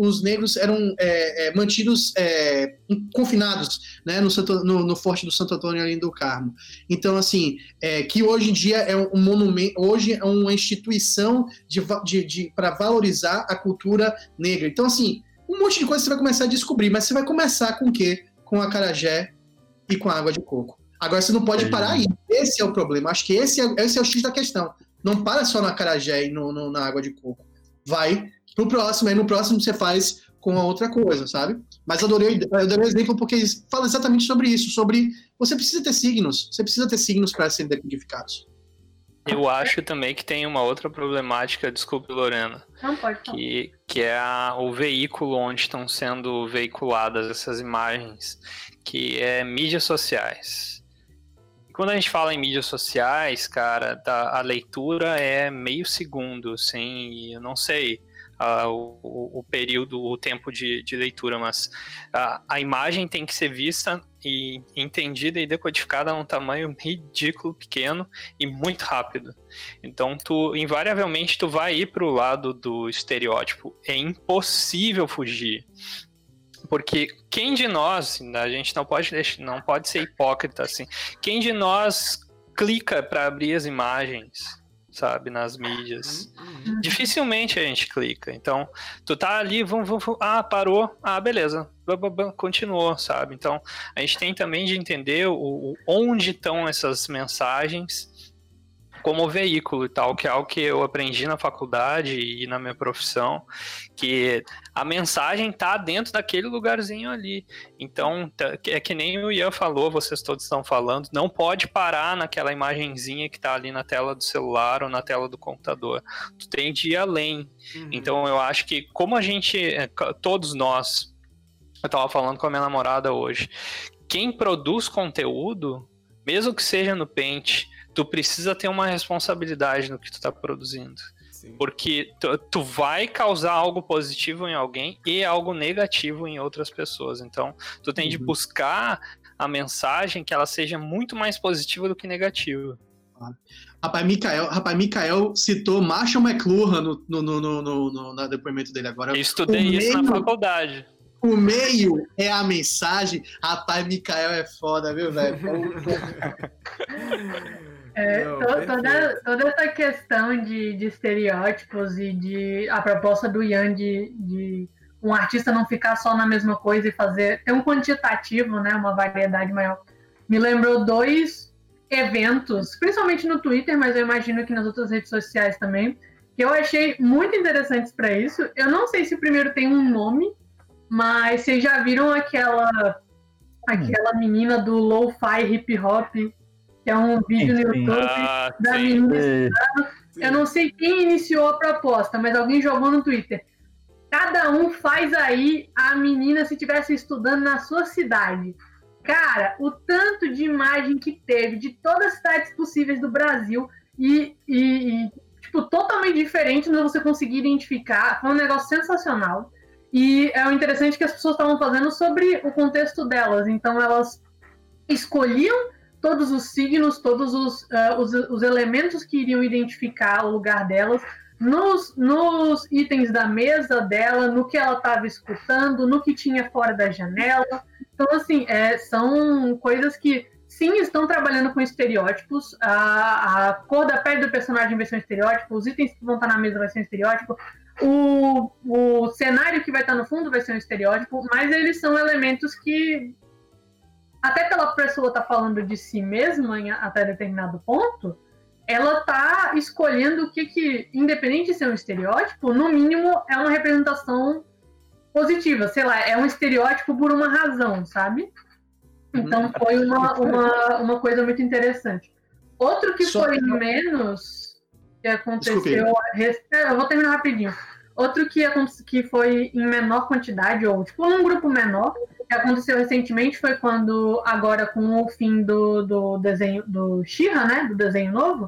mantidos confinados, né, no Forte do Santo Antônio Além do Carmo. Então, assim, que hoje em dia é um monumento, hoje é uma instituição para valorizar a cultura negra. Então, assim, um monte de coisa você vai começar a descobrir, mas você vai começar com o quê? Com acarajé e com água de coco. Agora, você não pode parar aí. Esse é o problema. Acho que esse é o X da questão. Não para só no acarajé e na água de coco. Vai pro próximo, aí no próximo você faz com a outra coisa, sabe? Mas eu dei um exemplo porque fala exatamente sobre isso, sobre você precisa ter signos para serem decodificados. Eu acho também que tem uma outra problemática, desculpe, Lorena, Não pode falar. que é o veículo onde estão sendo veiculadas essas imagens, que é mídias sociais. Quando a gente fala em mídias sociais, cara, a leitura é meio segundo, assim, eu não sei o período, o tempo de leitura, mas a imagem tem que ser vista e entendida e decodificada num tamanho ridículo, pequeno e muito rápido. Então, invariavelmente, tu vai ir pro lado do estereótipo. É impossível fugir. Porque quem de nós, a gente não pode ser hipócrita assim, quem de nós clica para abrir as imagens, sabe, nas mídias? Dificilmente a gente clica. Então, tu tá ali, parou, beleza, continuou, sabe? Então, a gente tem também de entender onde estão essas mensagens como veículo e tal, que é algo que eu aprendi na faculdade e na minha profissão, que a mensagem tá dentro daquele lugarzinho ali. Então, é que nem o Ian falou, vocês todos estão falando, não pode parar naquela imagenzinha que tá ali na tela do celular ou na tela do computador. Tu tem de ir além. Então, eu acho que como a gente, todos nós, eu tava falando com a minha namorada hoje, quem produz conteúdo, mesmo que seja no Paint, tu precisa ter uma responsabilidade no que tu tá produzindo. Sim. Porque tu vai causar algo positivo em alguém e algo negativo em outras pessoas. Então, tu tem de buscar a mensagem que ela seja muito mais positiva do que negativa. Rapaz, Mikael citou Marshall McLuhan no depoimento dele agora. Eu estudei isso na faculdade. O meio é a mensagem. Rapaz, Mikael é foda, viu, velho? Toda essa questão de estereótipos e a proposta do Ian de um artista não ficar só na mesma coisa e ter um quantitativo, né, uma variedade maior, me lembrou 2 eventos, principalmente no Twitter, mas eu imagino que nas outras redes sociais também, que eu achei muito interessantes para isso. Eu não sei se o primeiro tem um nome, mas vocês já viram aquela menina do lo-fi hip hop, que é um vídeo no YouTube da menina estudando. Eu não sei quem iniciou a proposta, mas alguém jogou no Twitter. Cada um faz aí a menina se estivesse estudando na sua cidade. Cara, o tanto de imagem que teve de todas as cidades possíveis do Brasil e tipo, totalmente diferente, onde você conseguir identificar. Foi um negócio sensacional. E é o interessante que as pessoas estavam fazendo sobre o contexto delas. Então, elas escolhiam todos os signos, todos os elementos que iriam identificar o lugar delas, nos itens da mesa dela, no que ela estava escutando, no que tinha fora da janela. Então, assim, são coisas que, sim, estão trabalhando com estereótipos. A cor da pele do personagem vai ser um estereótipo, os itens que vão estar na mesa vai ser um estereótipo, o cenário que vai estar no fundo vai ser um estereótipo, mas eles são elementos que, até pela pessoa estar falando de si mesma até determinado ponto, ela está escolhendo o que, independente de ser um estereótipo, no mínimo é uma representação positiva. Sei lá, é um estereótipo por uma razão, sabe? Então foi uma coisa muito interessante. Outro que foi menos que aconteceu... Eu vou terminar rapidinho. Outro que foi em menor quantidade, ou tipo num grupo menor, que aconteceu recentemente, foi quando, agora com o fim do desenho do She-Ra, né, do desenho novo,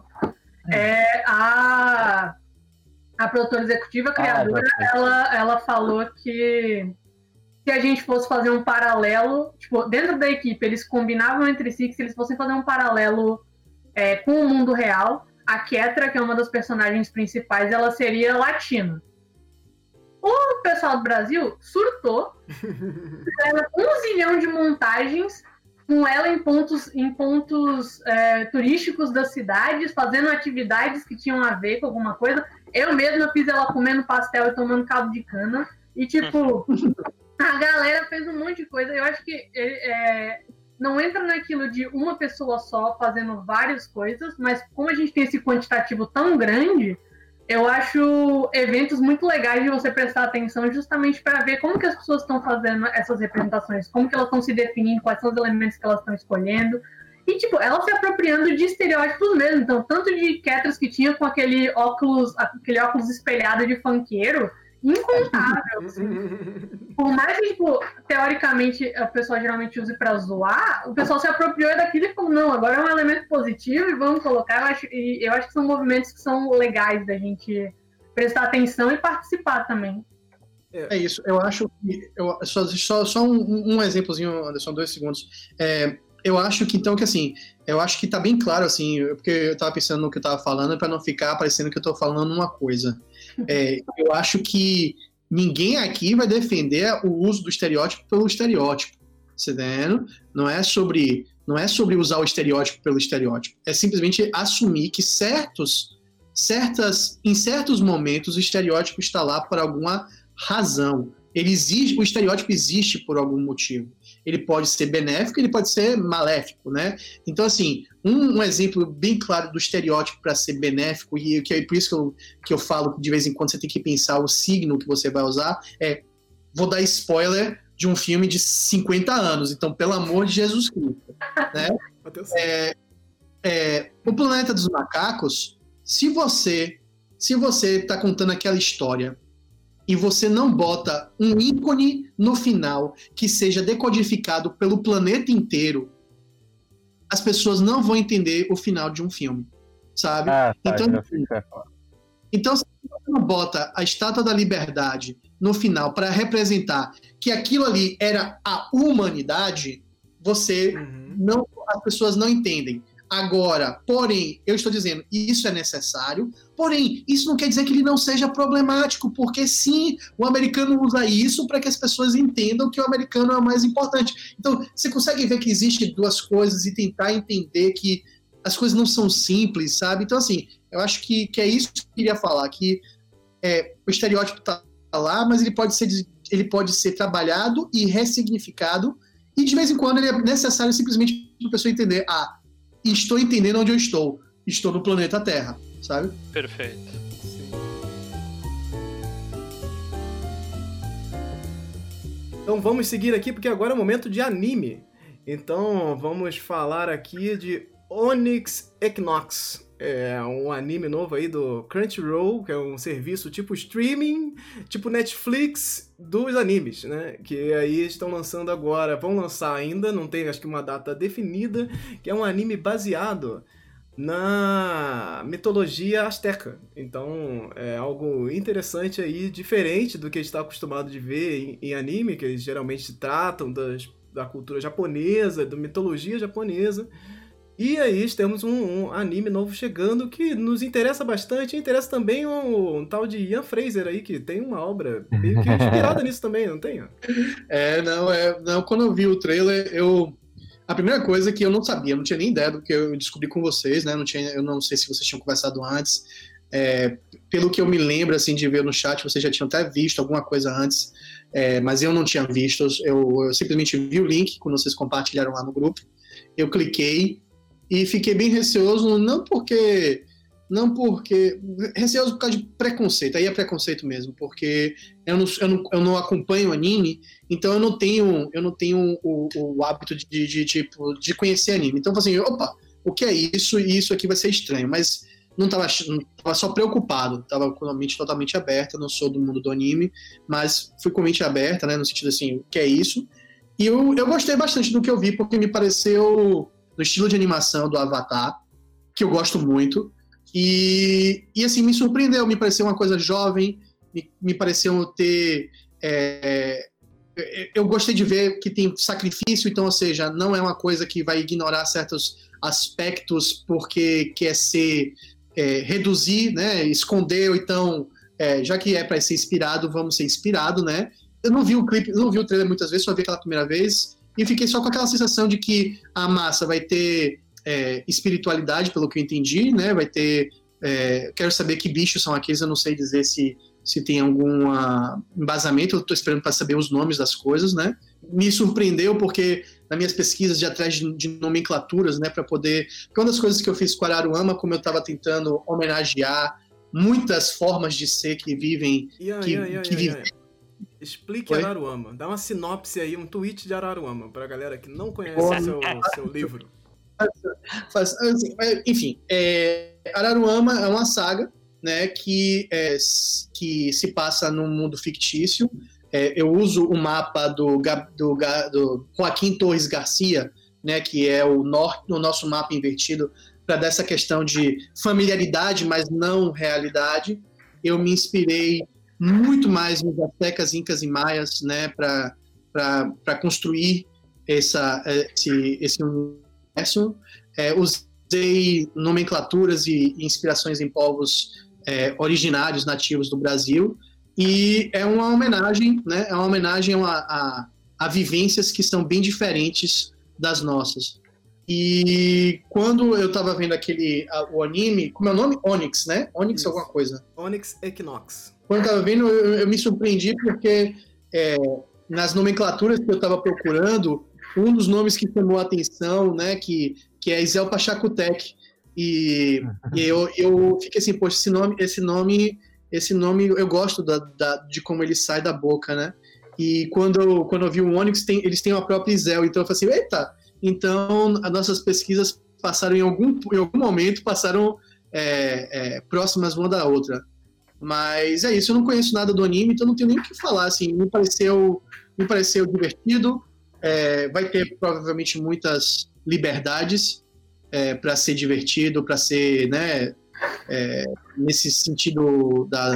a produtora executiva, criadora, ela falou que se a gente fosse fazer um paralelo, tipo, dentro da equipe, eles combinavam entre si que se eles fossem fazer um paralelo com o mundo real, a Ketra, que é uma das personagens principais, ela seria latina. O pessoal do Brasil surtou, fizeram 1 zilhão de montagens com ela em pontos turísticos das cidades, fazendo atividades que tinham a ver com alguma coisa. Eu mesma fiz ela comendo pastel e tomando caldo de cana. E, tipo, a galera fez um monte de coisa. Eu acho que não entra naquilo de uma pessoa só fazendo várias coisas, mas como a gente tem esse quantitativo tão grande, eu acho eventos muito legais de você prestar atenção justamente para ver como que as pessoas estão fazendo essas representações, como que elas estão se definindo, quais são os elementos que elas estão escolhendo. E, tipo, ela se apropriando de estereótipos mesmo. Então, tanto de Ketras que tinha com aquele óculos espelhado de funkeiro, incontável. Assim. Por mais que, tipo, teoricamente, o pessoal geralmente use pra zoar, o pessoal se apropriou daquilo e falou, não, agora é um elemento positivo e vamos colocar. Eu acho que são movimentos que são legais da gente prestar atenção e participar também. É isso. Eu acho que... Só um exemplozinho, Anderson, 2 segundos. Eu acho que, então, que assim, eu acho que tá bem claro, assim, porque eu tava pensando no que eu tava falando para não ficar parecendo que eu tô falando uma coisa. Eu acho que ninguém aqui vai defender o uso do estereótipo pelo estereótipo, tá entendendo? Não é sobre usar o estereótipo pelo estereótipo. É simplesmente assumir que em certos momentos o estereótipo está lá por alguma razão. O estereótipo existe por algum motivo. Ele pode ser benéfico, ele pode ser maléfico, né? Então, assim, um exemplo bem claro do estereótipo para ser benéfico, e que é por isso que eu falo que de vez em quando você tem que pensar o signo que você vai usar, vou dar spoiler de um filme de 50 anos, então, pelo amor de Jesus Cristo, né? O Planeta dos Macacos, se você está contando aquela história e você não bota um ícone no final que seja decodificado pelo planeta inteiro, as pessoas não vão entender o final de um filme, sabe? Então, se você não bota a Estátua da Liberdade no final para representar que aquilo ali era a humanidade, as pessoas não entendem. Agora, porém, eu estou dizendo, isso é necessário, porém, isso não quer dizer que ele não seja problemático, porque sim, o americano usa isso para que as pessoas entendam que o americano é o mais importante. Então, você consegue ver que existem duas coisas e tentar entender que as coisas não são simples, sabe? Então, assim, eu acho que é isso que eu queria falar, que o estereótipo está lá, mas ele pode ser trabalhado e ressignificado, e de vez em quando ele é necessário simplesmente para a pessoa entender, estou entendendo onde eu estou. Estou no planeta Terra, sabe? Perfeito. Sim. Então vamos seguir aqui, porque agora é o momento de anime. Então vamos falar aqui de Onyx Equinox. É um anime novo aí do Crunchyroll, que é um serviço tipo streaming, tipo Netflix dos animes, né? Que aí estão lançando agora, vão lançar ainda, não tem acho que uma data definida, que é um anime baseado na mitologia asteca. Então é algo interessante aí, diferente do que a gente está acostumado de ver em anime, que eles geralmente tratam da cultura japonesa, da mitologia japonesa. E aí temos um anime novo chegando que nos interessa bastante. Interessa também um tal de Ian Fraser aí, que tem uma obra meio que inspirada nisso também, não tem? Não, quando eu vi o trailer, a primeira coisa que eu não sabia, não tinha nem ideia do que eu descobri com vocês, né? Eu não sei se vocês tinham conversado antes. Pelo que eu me lembro assim, de ver no chat, vocês já tinham até visto alguma coisa antes, mas eu não tinha visto. Eu simplesmente vi o link quando vocês compartilharam lá no grupo. Eu cliquei e fiquei bem receoso, não porque receoso por causa de preconceito, aí é preconceito mesmo, porque eu não acompanho anime, então eu não tenho o hábito de conhecer anime. Então eu falei assim, opa, o que é isso? E isso aqui vai ser estranho, mas não tava só preocupado, tava com a mente totalmente aberta, não sou do mundo do anime, mas fui com a mente aberta, né, no sentido assim, o que é isso? E eu gostei bastante do que eu vi, porque me pareceu no estilo de animação do Avatar, que eu gosto muito, e assim, me surpreendeu, me pareceu uma coisa jovem, me pareceu ter... eu gostei de ver que tem sacrifício, então, ou seja, não é uma coisa que vai ignorar certos aspectos porque quer reduzir, né, esconder, ou então, já que é para ser inspirado, vamos ser inspirado, né? Eu não vi o clipe, não vi o trailer muitas vezes, só vi aquela primeira vez, e fiquei só com aquela sensação de que a massa vai ter espiritualidade, pelo que eu entendi, né? Vai ter... quero saber que bichos são aqueles, eu não sei dizer se tem algum embasamento, eu estou esperando para saber os nomes das coisas, né? Me surpreendeu porque nas minhas pesquisas de atrás de nomenclaturas, né, para poder... Porque uma das coisas que eu fiz com Araruama, como eu estava tentando homenagear muitas formas de ser que vivem... vivem. Explique Araruama. Dá uma sinopse aí, um tweet de Araruama, pra galera que não conhece seu livro. Enfim, Araruama é uma saga, né, que se passa num mundo fictício. Eu uso o mapa do Joaquim Torres Garcia, né, que é o nosso mapa invertido, para dar essa questão de familiaridade, mas não realidade. Eu me inspirei muito mais nos astecas, incas e maias, né, para construir esse universo. Usei nomenclaturas e inspirações em povos originários, nativos do Brasil, e é uma homenagem, né, a vivências que são bem diferentes das nossas. E quando eu estava vendo o anime, como é o nome? Onyx, né? Onyx Isso. Alguma coisa. Onyx Equinox. Quando eu estava vendo, eu me surpreendi porque nas nomenclaturas que eu estava procurando, um dos nomes que chamou a atenção, né, que é Isel Pachacutec, e eu fiquei assim, poxa, esse nome eu gosto de como ele sai da boca, né? E quando eu vi o Onyx, eles têm a própria Isel, então eu falei assim, eita, então as nossas pesquisas passaram em algum momento, passaram próximas uma da outra. Mas é isso, eu não conheço nada do anime, então não tenho nem o que falar, assim, me pareceu divertido, vai ter provavelmente muitas liberdades para ser divertido, para ser, né, nesse sentido da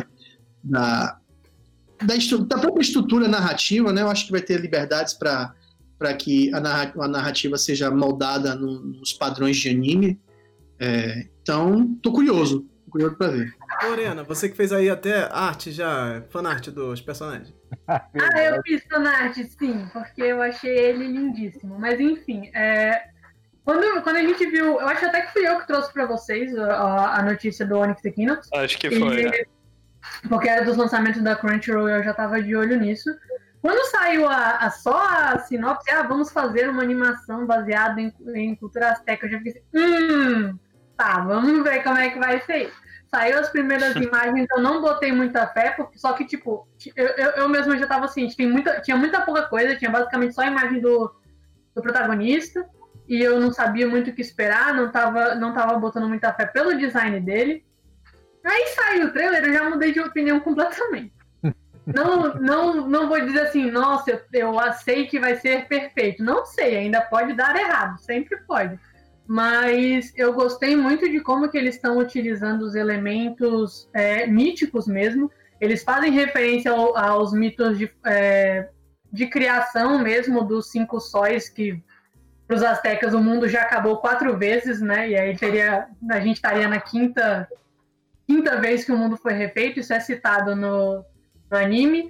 própria estrutura narrativa, né, eu acho que vai ter liberdades para que a narrativa seja moldada nos padrões de anime, então tô curioso para ver. Lorena, você que fez aí até arte já, fanart dos personagens. Eu fiz fanart, sim, porque eu achei ele lindíssimo. Mas enfim, quando a gente viu, eu acho até que fui eu que trouxe pra vocês a notícia do Onyx Equinox. Acho que foi. Porque era dos lançamentos da Crunchyroll, eu já tava de olho nisso. Quando saiu só a sinopse, vamos fazer uma animação baseada em cultura azteca, eu já fiquei assim, tá, vamos ver como é que vai ser. Saiu as primeiras imagens, eu não botei muita fé, porque só que, tipo, eu mesma já tava assim, tinha muita pouca coisa, tinha basicamente só a imagem do protagonista, e eu não sabia muito o que esperar, não tava botando muita fé pelo design dele. Aí saiu o trailer, eu já mudei de opinião completamente. Não vou dizer assim, nossa, eu sei que vai ser perfeito. Não sei, ainda pode dar errado, sempre pode. Mas eu gostei muito de como que eles estão utilizando os elementos míticos mesmo. Eles fazem referência aos mitos de criação mesmo dos 5 sóis, que para os astecas o mundo já acabou 4 vezes, né? E aí a gente estaria na quinta vez que o mundo foi refeito. Isso é citado no anime.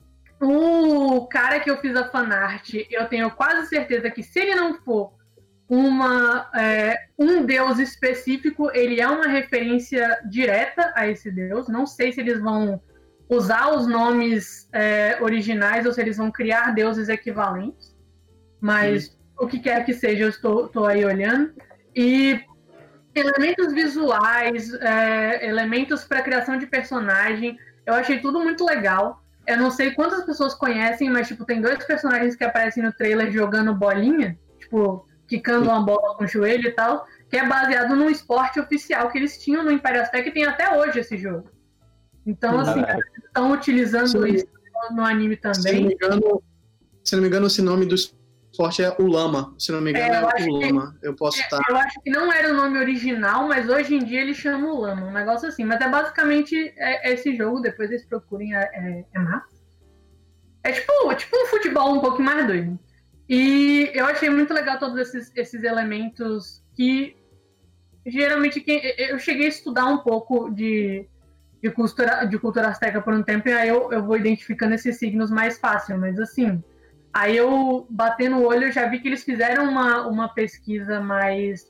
O cara que eu fiz a fanart, eu tenho quase certeza que se ele não for um deus específico, ele é uma referência direta a esse deus. Não sei se eles vão usar os nomes originais ou se eles vão criar deuses equivalentes, mas o que quer que seja, eu estou aí olhando. E elementos visuais, elementos para criação de personagem, eu achei tudo muito legal. Eu não sei quantas pessoas conhecem, mas tipo, tem 2 personagens que aparecem no trailer jogando bolinha, tipo, quicando uma bola com o joelho e tal, que é baseado num esporte oficial que eles tinham no Império Azteca e tem até hoje esse jogo. Então, assim, estão utilizando isso no anime também. Se não me engano, esse nome do esporte é Ulama. Se não me engano, é Ulama. Eu posso estar. Eu acho que não era o nome original, mas hoje em dia ele chama Ulama, um negócio assim. Mas é basicamente esse jogo, depois vocês procurem, é massa. É tipo um futebol um pouco mais doido. E eu achei muito legal todos esses elementos que geralmente eu cheguei a estudar um pouco de cultura azteca por um tempo, e aí eu vou identificando esses signos mais fácil, mas assim, aí eu batendo o olho, eu já vi que eles fizeram uma pesquisa mais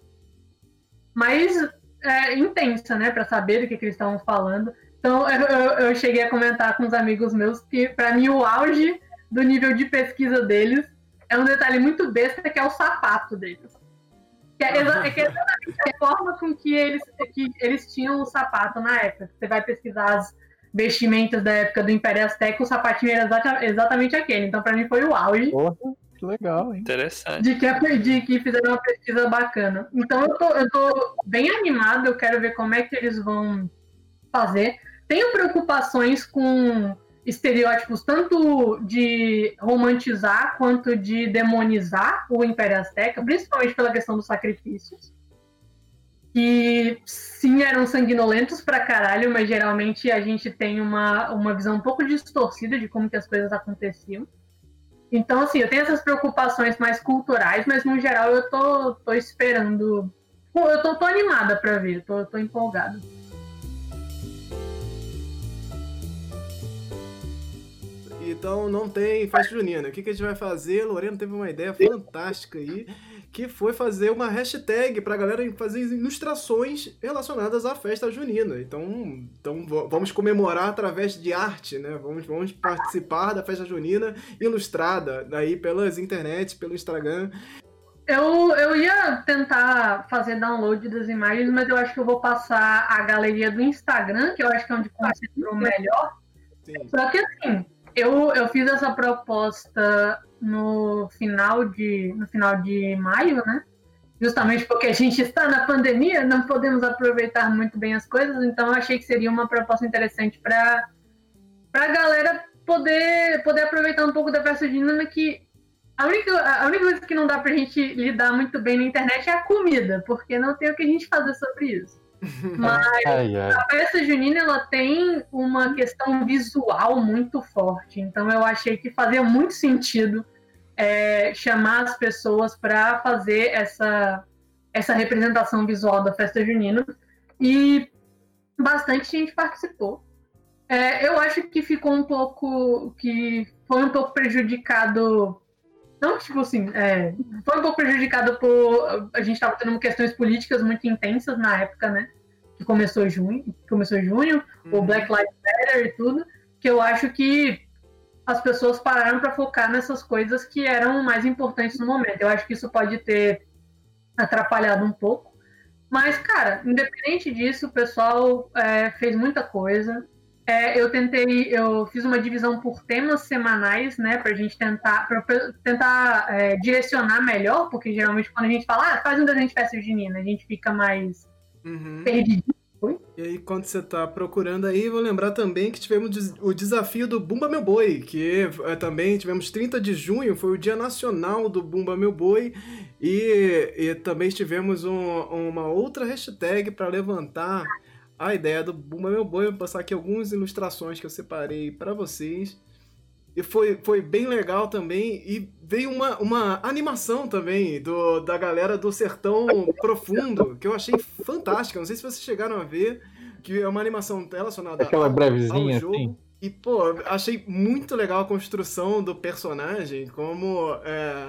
intensa, né, para saber do que eles estavam falando. Então eu cheguei a comentar com os amigos meus que, para mim, o auge do nível de pesquisa deles é um detalhe muito besta, que é o sapato deles. Que é exatamente a forma com que eles tinham o sapato na época. Você vai pesquisar as vestimentas da época do Império Azteca, o sapatinho era exatamente aquele. Então, para mim, foi o auge. Porra, que legal, hein? Interessante. De que fizeram uma pesquisa bacana. Então, eu tô bem animado, eu quero ver como é que eles vão fazer. Tenho preocupações com estereótipos tanto de romantizar quanto de demonizar o Império Azteca, principalmente pela questão dos sacrifícios, que sim, eram sanguinolentos pra caralho, mas geralmente a gente tem uma visão um pouco distorcida de como que as coisas aconteciam. Então, assim, eu tenho essas preocupações mais culturais, mas no geral eu tô esperando. Eu tô animada pra ver, tô empolgada. Então não tem festa junina. O que a gente vai fazer? Lorena teve uma ideia fantástica aí, que foi fazer uma hashtag pra galera fazer ilustrações relacionadas à festa junina. Então vamos comemorar através de arte, né? Vamos participar da festa junina ilustrada aí pelas internet, pelo Instagram. Eu ia tentar fazer download das imagens, mas eu acho que eu vou passar a galeria do Instagram, que eu acho que é onde concentrou melhor. Sim. Só que assim, eu fiz essa proposta no final de maio, né? Justamente porque a gente está na pandemia, não podemos aproveitar muito bem as coisas, então eu achei que seria uma proposta interessante para a galera poder aproveitar um pouco da festa junina, que a única coisa que não dá pra gente lidar muito bem na internet é a comida, porque não tem o que a gente fazer sobre isso. Mas a festa junina, ela tem uma questão visual muito forte, então eu achei que fazia muito sentido chamar as pessoas para fazer essa representação visual da festa junina, e bastante gente participou. Eu acho que ficou foi um pouco prejudicado. Não, tipo assim, foi um pouco prejudicado por... A gente estava tendo questões políticas muito intensas na época, né? Que começou junho, o Black Lives Matter e tudo, que eu acho que as pessoas pararam para focar nessas coisas que eram mais importantes no momento. Eu acho que isso pode ter atrapalhado um pouco. Mas, cara, independente disso, o pessoal fez muita coisa. Eu fiz uma divisão por temas semanais, né, pra gente tentar direcionar melhor, porque geralmente quando a gente fala, faz um desenho de festa junina, a gente fica mais perdido. E aí, quando você tá procurando aí, vou lembrar também que tivemos o desafio do Bumba Meu Boi, que também tivemos 30 de junho, foi o Dia Nacional do Bumba Meu Boi, e também tivemos uma outra hashtag para levantar a ideia do Bumba Meu Boi. Eu vou passar aqui algumas ilustrações que eu separei para vocês. E foi bem legal também. E veio uma animação também da galera do Sertão Profundo, que eu achei fantástica. Não sei se vocês chegaram a ver, que é uma animação relacionada aquela brevezinha, ao jogo. assim. E, pô, achei muito legal a construção do personagem, como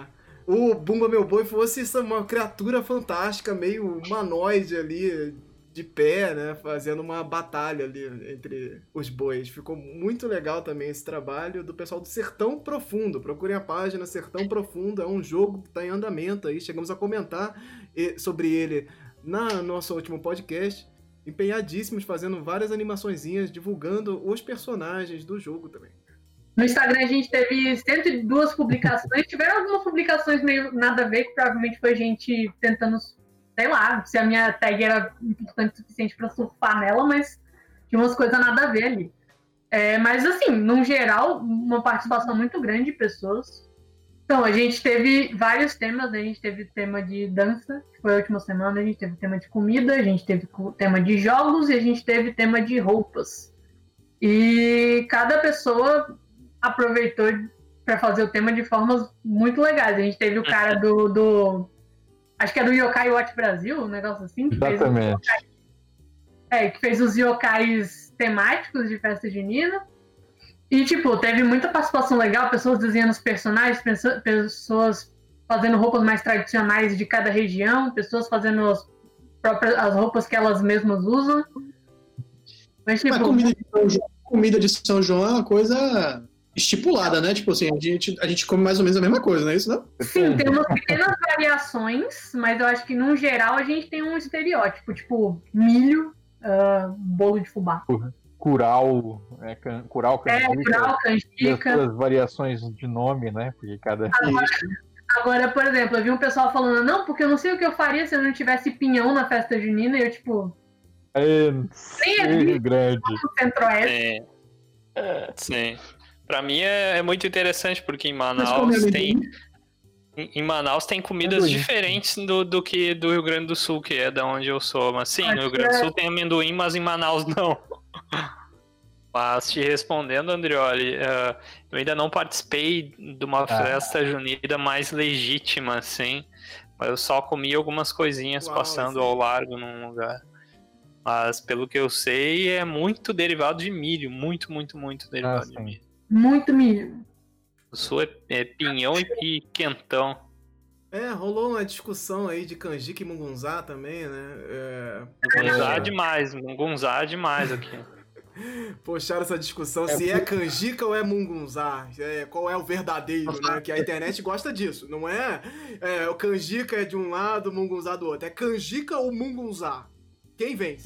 o Bumba Meu Boi fosse uma criatura fantástica, meio humanoide ali, de pé, né? Fazendo uma batalha ali entre os bois. Ficou muito legal também esse trabalho do pessoal do Sertão Profundo. Procurem a página Sertão Profundo, é um jogo que está em andamento aí. Chegamos a comentar sobre ele no nosso último podcast. Empenhadíssimos, fazendo várias animaçõezinhas, divulgando os personagens do jogo também. No Instagram a gente teve 102 publicações, tiveram algumas publicações meio nada a ver, que provavelmente foi gente tentando, sei lá, se a minha tag era importante o suficiente para surfar nela, mas tinha umas coisas nada a ver ali. Mas assim, no geral, uma participação muito grande de pessoas. Então, a gente teve vários temas, né? A gente teve tema de dança, que foi a última semana, a gente teve tema de comida, a gente teve tema de jogos e a gente teve tema de roupas. E cada pessoa aproveitou para fazer o tema de formas muito legais. A gente teve o cara acho que é do Yokai Watch Brasil, um negócio assim. Exatamente. Que fez os yokais temáticos de festa junina. E, tipo, teve muita participação legal, pessoas desenhando os personagens, pessoas fazendo roupas mais tradicionais de cada região, pessoas fazendo as roupas que elas mesmas usam. Mas, tipo, comida de São João é uma coisa estipulada, né? Tipo assim, a gente come mais ou menos a mesma coisa, não é isso, não? Sim, tem umas pequenas variações, mas eu acho que, no geral, a gente tem um estereótipo, tipo, milho, bolo de fubá. Curau, canjica. Canjica. E as suas variações de nome, né? Porque cada... Agora, por exemplo, eu vi um pessoal falando, não, porque eu não sei o que eu faria se eu não tivesse pinhão na festa junina, e eu, tipo... grande. Centro-Oeste. Sim. Pra mim é muito interessante, porque em Manaus tem comidas diferentes do que do Rio Grande do Sul, que é da onde eu sou. Mas sim, no Rio Grande do Sul tem amendoim, mas em Manaus não. Mas te respondendo, Andrioli, eu ainda não participei de uma festa junina mais legítima, assim. Mas eu só comi algumas coisinhas passando ao largo num lugar. Mas pelo que eu sei, é muito derivado de milho. Muito, muito, muito derivado de milho. Muito milho. O sul é pinhão e quentão. Rolou uma discussão aí de canjica e mungunzá também, né? Mungunzá demais aqui. Puxaram essa discussão se é canjica ou é mungunzá. Qual é o verdadeiro, né? Que a internet gosta disso. Não o canjica é de um lado, o mungunzá do outro. É canjica ou mungunzá? Quem vence?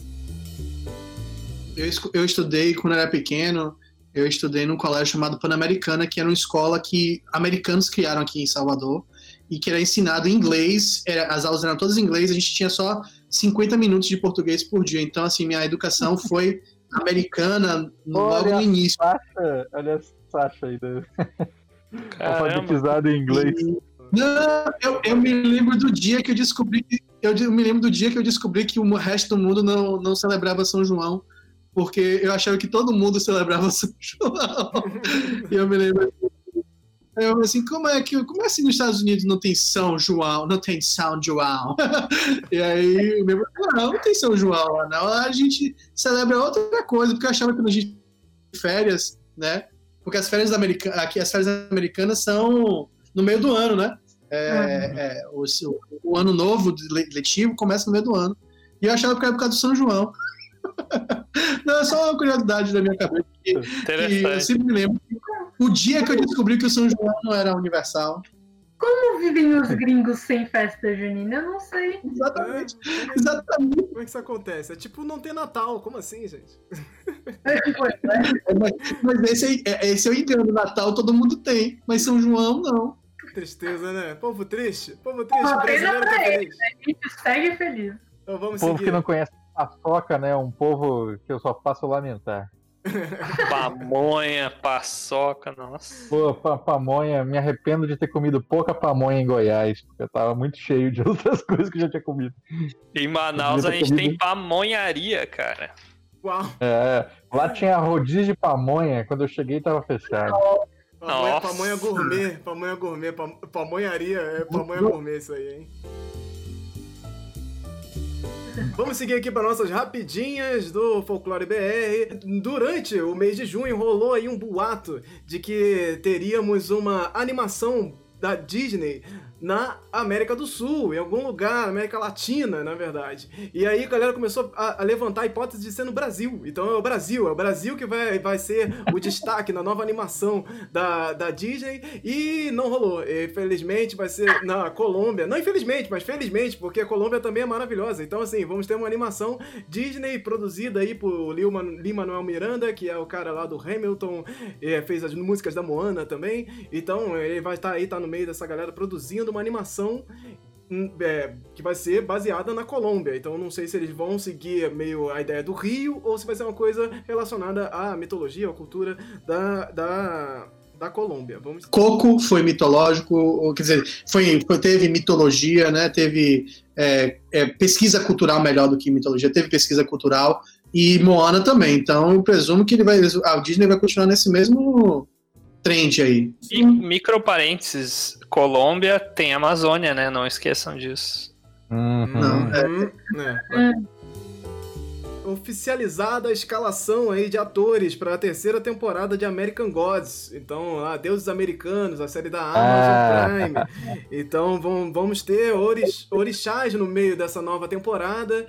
Eu estudei quando era pequeno. Eu estudei num colégio chamado Pan-Americana, que era uma escola que americanos criaram aqui em Salvador e que era ensinado em inglês. As aulas eram todas em inglês, a gente tinha só 50 minutos de português por dia. Então, assim, minha educação foi americana logo no início. Olha a Sasha aí, alfabetizada em inglês. Não, eu me lembro do dia que eu descobri que o resto do mundo não celebrava São João, porque eu achava que todo mundo celebrava São João. E eu me lembro assim, como é assim nos Estados Unidos não tem São João, não tem São João? E aí eu me lembro, não tem São João, não. A gente celebra outra coisa, porque eu achava que a gente tinha férias, né? Porque as férias americanas são no meio do ano, né? O ano novo letivo começa no meio do ano. E eu achava que era por causa do São João. Não, é só uma curiosidade da minha cabeça. Que eu sempre me lembro o dia que eu descobri que o São João não era universal. Como vivem os gringos sem festa junina? Eu não sei. Exatamente. Como é que isso acontece? É tipo não ter Natal. Como assim, gente? Mas esse eu entendo. Natal todo mundo tem, mas São João não. Que tristeza, né? Povo triste. Brasileiro tá feliz. A gente segue feliz. Então vamos povo seguir. Que não conhece paçoca, né? Um povo que eu só faço lamentar. Pamonha, paçoca, nossa. Pô, pamonha, me arrependo de ter comido pouca pamonha em Goiás, porque eu tava muito cheio de outras coisas que eu já tinha comido. Em Manaus a gente tem pamonharia, cara. Uau. Lá tinha rodízio de pamonha, quando eu cheguei tava fechado. Pamonha gourmet, pamonharia, pamonha gourmet isso aí, hein? Vamos seguir aqui para nossas rapidinhas do Folclore BR. Durante o mês de junho rolou aí um boato de que teríamos uma animação da Disney na América do Sul, em algum lugar, na América Latina, na verdade. E aí a galera começou a levantar a hipótese de ser no Brasil. Então é o Brasil que vai ser o destaque na nova animação da Disney, e não rolou. Infelizmente vai ser na Colômbia. Não infelizmente, mas felizmente, porque a Colômbia também é maravilhosa. Então assim, vamos ter uma animação Disney produzida aí por Lin-Manuel Miranda, que é o cara lá do Hamilton, fez as músicas da Moana também. Então ele vai estar aí, tá no meio dessa galera produzindo uma animação que vai ser baseada na Colômbia. Então não sei se eles vão seguir meio a ideia do Rio ou se vai ser uma coisa relacionada à mitologia, à cultura da Colômbia. Coco foi mitológico, quer dizer, teve mitologia, né? Teve pesquisa cultural melhor do que mitologia, teve pesquisa cultural, e Moana também. Então eu presumo que a Disney vai continuar nesse mesmo trend aí. E micro parênteses, Colômbia tem Amazônia, né? Não esqueçam disso. Não, Oficializada a escalação aí de atores para a terceira temporada de American Gods. Então, Deuses Americanos, a série da Amazon Prime. Então, vamos ter orixás no meio dessa nova temporada.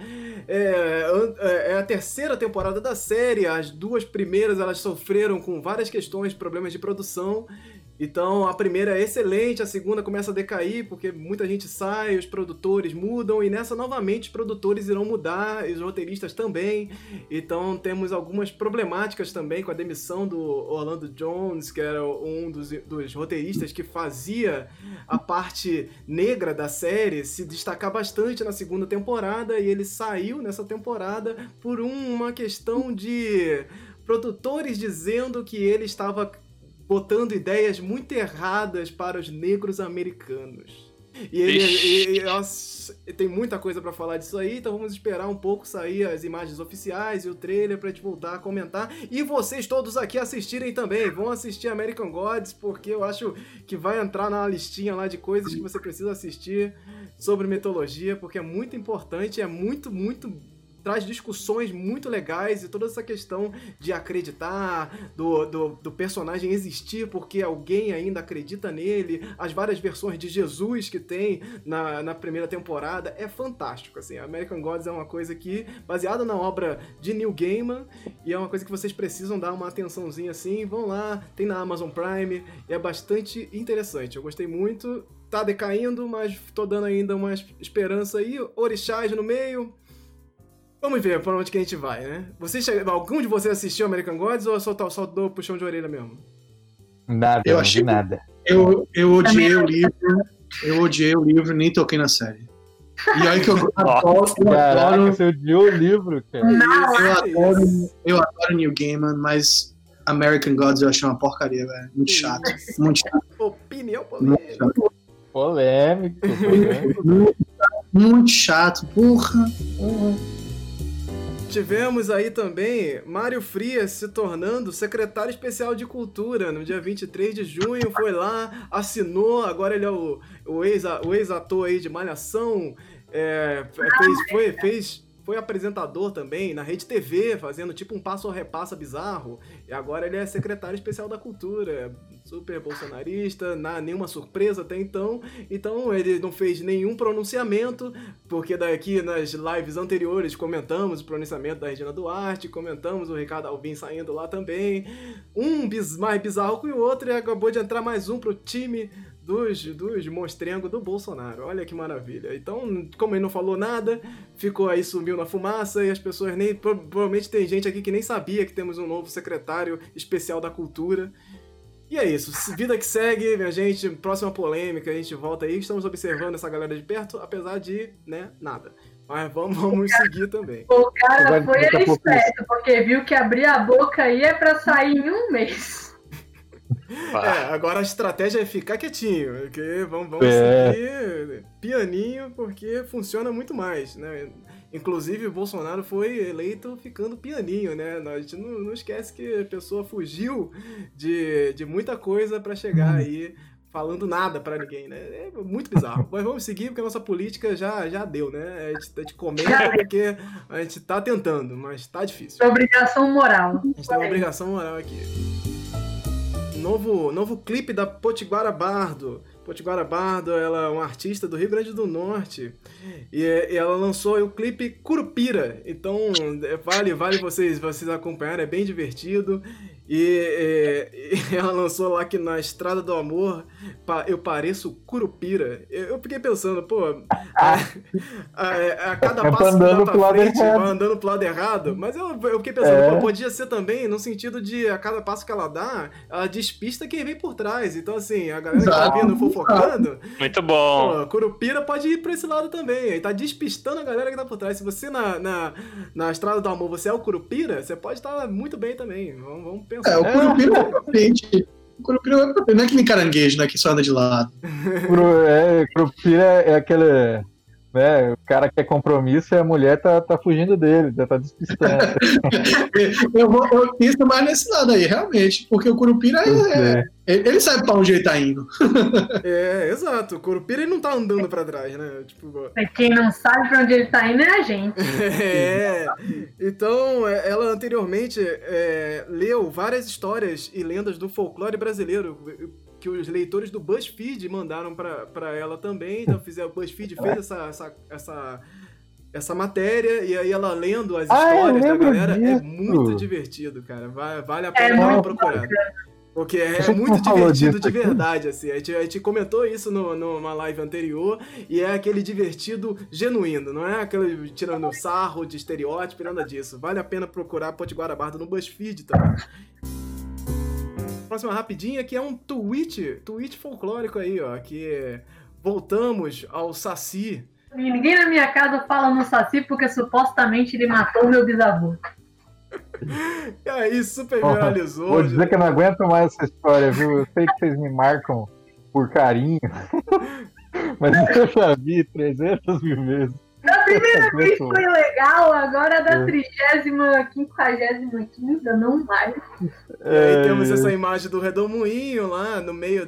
É a terceira temporada da série. As duas primeiras, elas sofreram com várias questões, problemas de produção. Então, a primeira é excelente, a segunda começa a decair, porque muita gente sai, os produtores mudam, e nessa, novamente, os produtores irão mudar, e os roteiristas também. Então, temos algumas problemáticas também com a demissão do Orlando Jones, que era um dos roteiristas que fazia a parte negra da série se destacar bastante na segunda temporada, e ele saiu nessa temporada por uma questão de produtores dizendo que ele estava botando ideias muito erradas para os negros americanos. E tem muita coisa pra falar disso aí, então vamos esperar um pouco sair as imagens oficiais e o trailer pra gente voltar a comentar. E vocês todos aqui assistirem também, vão assistir American Gods, porque eu acho que vai entrar na listinha lá de coisas que você precisa assistir sobre mitologia, porque é muito importante, é muito traz discussões muito legais, e toda essa questão de acreditar, do personagem existir porque alguém ainda acredita nele, as várias versões de Jesus que tem na primeira temporada, é fantástico, assim. American Gods é uma coisa que, baseada na obra de Neil Gaiman, e é uma coisa que vocês precisam dar uma atençãozinha assim, vão lá, tem na Amazon Prime, e é bastante interessante, eu gostei muito, tá decaindo, mas tô dando ainda uma esperança aí, orixás no meio. Vamos ver pra onde que a gente vai, né? Algum de vocês assistiu American Gods ou só dou puxão de orelha mesmo? Nada, eu achei nada. Eu odiei o livro, nem toquei na série. E olha que eu adoro. Caraca, você odiou o livro, cara. Eu adoro Neil Gaiman, mas American Gods eu achei uma porcaria, velho. Muito chato. Muito chato. Opinião polêmica. Polêmico. Muito chato, porra. Tivemos aí também Mário Frias se tornando secretário especial de cultura no dia 23 de junho, foi lá, assinou, agora ele é o ex-ator aí de Malhação, foi apresentador também na Rede TV, fazendo tipo um passo ou repassa bizarro, e agora ele é secretário especial da cultura, super bolsonarista, nenhuma surpresa até então ele não fez nenhum pronunciamento, porque daqui nas lives anteriores comentamos o pronunciamento da Regina Duarte, comentamos o Ricardo Alvim saindo lá também, mais bizarro que o outro, e acabou de entrar mais um pro time dos monstrengos do Bolsonaro. Olha que maravilha. Então, como ele não falou nada, ficou aí, sumiu na fumaça, e as pessoas provavelmente tem gente aqui que nem sabia que temos um novo secretário especial da cultura. E é isso. Vida que segue, minha gente. Próxima polêmica, a gente volta aí. Estamos observando essa galera de perto, apesar de, nada. Mas vamos seguir também. O cara foi esperto, porque viu que abrir a boca aí é pra sair em um mês. Agora a estratégia é ficar quietinho, porque vamos seguir pianinho, porque funciona muito mais, né? Inclusive o Bolsonaro foi eleito ficando pianinho, né? A gente não esquece que a pessoa fugiu de muita coisa pra chegar aí falando nada pra ninguém, né? É muito bizarro. Mas vamos seguir, porque a nossa política já deu, né? A gente comenta porque a gente tá tentando, mas tá difícil. Obrigação moral. A gente tem uma obrigação moral aqui. Novo clipe da Potiguara Bardo. Potiguara Bardo, ela é uma artista do Rio Grande do Norte e ela lançou o clipe Curupira, então vale vocês acompanharem, é bem divertido. E ela lançou lá que na Estrada do Amor eu pareço Curupira. Eu fiquei pensando, pô, a cada passo que dá pra frente vai andando pro lado errado, mas eu fiquei pensando, pô, podia ser também no sentido de a cada passo que ela dá, ela despista quem vem por trás. Então, assim, a galera que tá vindo fofocando. Muito bom. Pô, Curupira pode ir pra esse lado também. Ele tá despistando a galera que tá por trás. Se você na Estrada do Amor você é o Curupira, você pode estar muito bem também. Vamos pensar. O Curupira vai pra frente. O Curupira vai pra frente. Não é que nem caranguejo, né? Que só anda de lado. Curupira é aquele... Né, o cara quer compromisso e a mulher tá fugindo dele, já tá despistando. eu penso mais nesse lado aí, realmente. Porque o Curupira ele sabe pra onde ele tá indo. Exato. O Curupira ele não tá andando pra trás, né? Tipo... Quem não sabe pra onde ele tá indo é a gente. Então, ela anteriormente leu várias histórias e lendas do folclore brasileiro que os leitores do BuzzFeed mandaram pra ela também. Então, o BuzzFeed fez essa matéria, e aí ela lendo as histórias da galera, é muito divertido, cara. Vale a pena procurar. Porque é muito divertido de verdade, assim. A gente comentou isso numa live anterior, e é aquele divertido genuíno, não é aquele tirando sarro de estereótipo, nada disso. Vale a pena procurar Potiguara Bardo no BuzzFeed também. Próxima rapidinha, que é um tweet folclórico aí, ó, que voltamos ao Saci. Ninguém na minha casa fala no Saci porque supostamente ele matou meu bisavô. E aí, super viralizou. Vou dizer que eu não aguento mais essa história, viu? Eu sei que vocês me marcam por carinho, mas eu já vi 300 mil vezes. Da primeira vez foi legal, agora da 30ª, 55ª, não mais. E aí temos essa imagem do Redemoinho lá no meio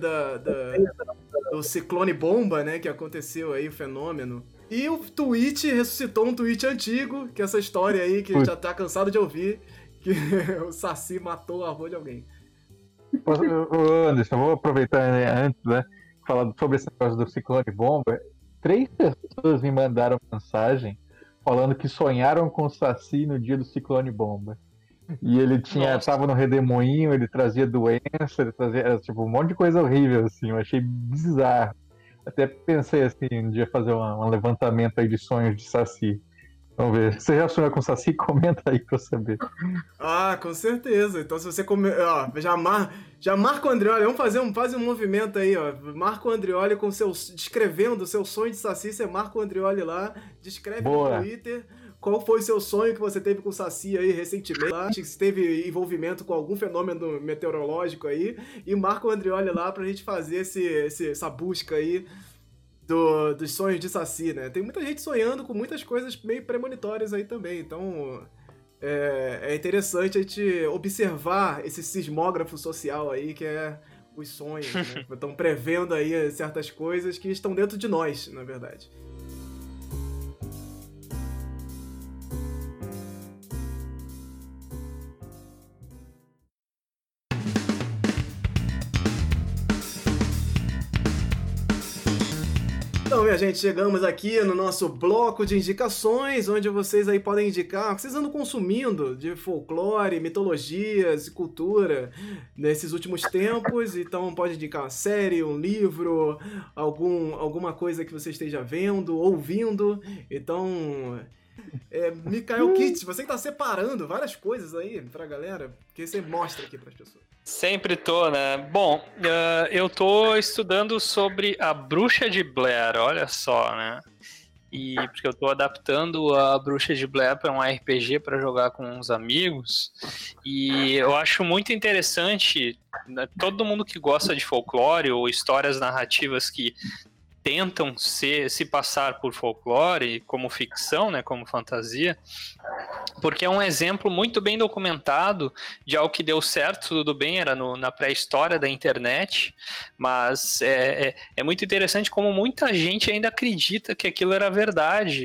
do ciclone bomba, né, que aconteceu aí, o fenômeno. E o tweet ressuscitou um tweet antigo, que é essa história aí que já tá cansado de ouvir, que o Saci matou o avô de alguém. Anderson, eu vou aproveitar antes, né, falar sobre esse negócio do ciclone bomba. 3 pessoas me mandaram mensagem falando que sonharam com o Saci no dia do ciclone bomba. E ele tava no Redemoinho, ele trazia doença, ele trazia tipo, um monte de coisa horrível, assim. Eu achei bizarro. Até pensei assim, um dia fazer um levantamento aí de sonhos de Saci. Vamos ver. Você já sonhou com o Saci? Comenta aí pra eu saber. Ah, com certeza. Então se você já marca o Andrioli, vamos fazer um movimento aí, ó. Marca o Andrioli descrevendo o seu sonho de Saci, você marca o Andrioli lá, descreve no Twitter qual foi o seu sonho que você teve com o Saci aí recentemente, se teve envolvimento com algum fenômeno meteorológico aí, e marca o Andrioli lá pra gente fazer essa busca aí dos sonhos de Saci, né? Tem muita gente sonhando com muitas coisas meio premonitórias aí também, então é interessante a gente observar esse sismógrafo social aí que é os sonhos, né? Estão prevendo aí certas coisas que estão dentro de nós, na verdade. Então, minha gente, chegamos aqui no nosso bloco de indicações, onde vocês aí podem indicar o que vocês andam consumindo de folclore, mitologias e cultura nesses últimos tempos. Então, pode indicar uma série, um livro, alguma coisa que você esteja vendo, ouvindo. Então, Mikael Kitts, você que tá separando várias coisas aí pra galera, que você mostra aqui pras pessoas. Sempre tô, né? Bom, eu tô estudando sobre a Bruxa de Blair, olha só, né? Porque eu tô adaptando a Bruxa de Blair para um RPG para jogar com uns amigos. E eu acho muito interessante, né, todo mundo que gosta de folclore ou histórias narrativas que tentam se passar por folclore como ficção, né, como fantasia, porque é um exemplo muito bem documentado de algo que deu certo, tudo bem, era na pré-história da internet, mas é muito interessante como muita gente ainda acredita que aquilo era verdade.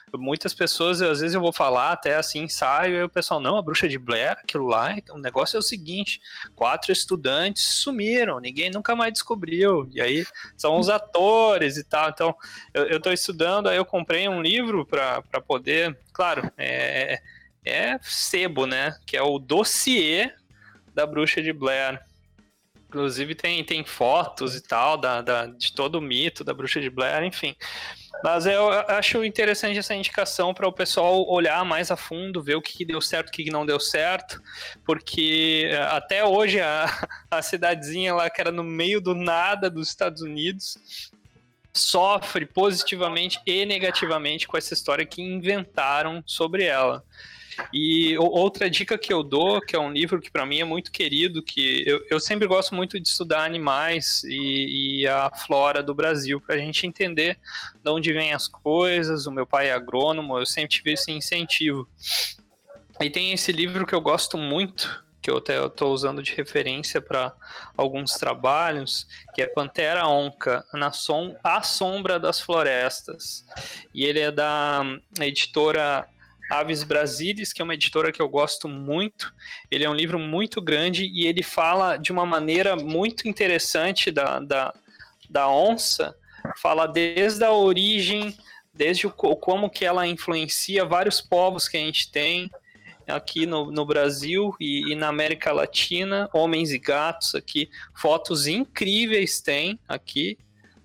muitas pessoas, às vezes eu vou falar até assim, ensaio, e o pessoal, não, a Bruxa de Blair, aquilo lá, o negócio é o seguinte, 4 estudantes sumiram, ninguém nunca mais descobriu, e aí são os atores e tal. Então eu tô estudando, aí eu comprei um livro para poder, claro, é sebo, né, que é o dossiê da Bruxa de Blair. Inclusive tem fotos e tal de todo o mito da Bruxa de Blair, enfim. Mas eu acho interessante essa indicação para o pessoal olhar mais a fundo, ver o que deu certo, o que não deu certo, porque até hoje a cidadezinha lá que era no meio do nada dos Estados Unidos sofre positivamente e negativamente com essa história que inventaram sobre ela. E outra dica que eu dou, que é um livro que para mim é muito querido, que eu sempre gosto muito de estudar animais e a flora do Brasil, para a gente entender de onde vêm as coisas. O meu pai é agrônomo, eu sempre tive esse incentivo. E tem esse livro que eu gosto muito, que eu estou usando de referência para alguns trabalhos, que é Pantera Onca, A Sombra das Florestas. E ele é da editora Aves Brasilis, que é uma editora que eu gosto muito. Ele é um livro muito grande e ele fala de uma maneira muito interessante da onça, fala desde a origem, desde como que ela influencia vários povos que a gente tem aqui no Brasil e na América Latina, homens e gatos aqui, fotos incríveis tem aqui.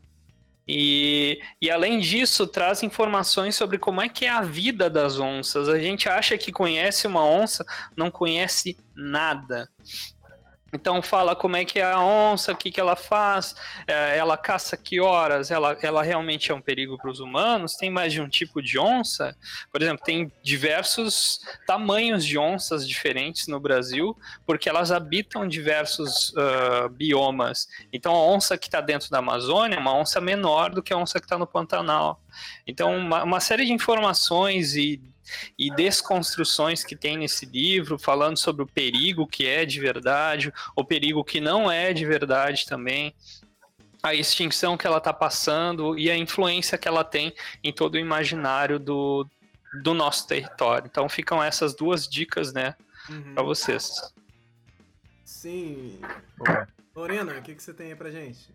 E além disso, traz informações sobre como é que é a vida das onças. A gente acha que conhece uma onça, não conhece nada. Então fala como é que é a onça, o que ela faz, ela caça que horas, ela realmente é um perigo para os humanos, tem mais de um tipo de onça. Por exemplo, tem diversos tamanhos de onças diferentes no Brasil, porque elas habitam diversos biomas. Então a onça que está dentro da Amazônia é uma onça menor do que a onça que está no Pantanal. Então uma série de informações e desconstruções que tem nesse livro, falando sobre o perigo que é de verdade, o perigo que não é de verdade também, a extinção que ela está passando e a influência que ela tem em todo o imaginário do nosso território. Então ficam essas duas dicas, né, para vocês. Sim. Lorena, o que você tem aí pra gente?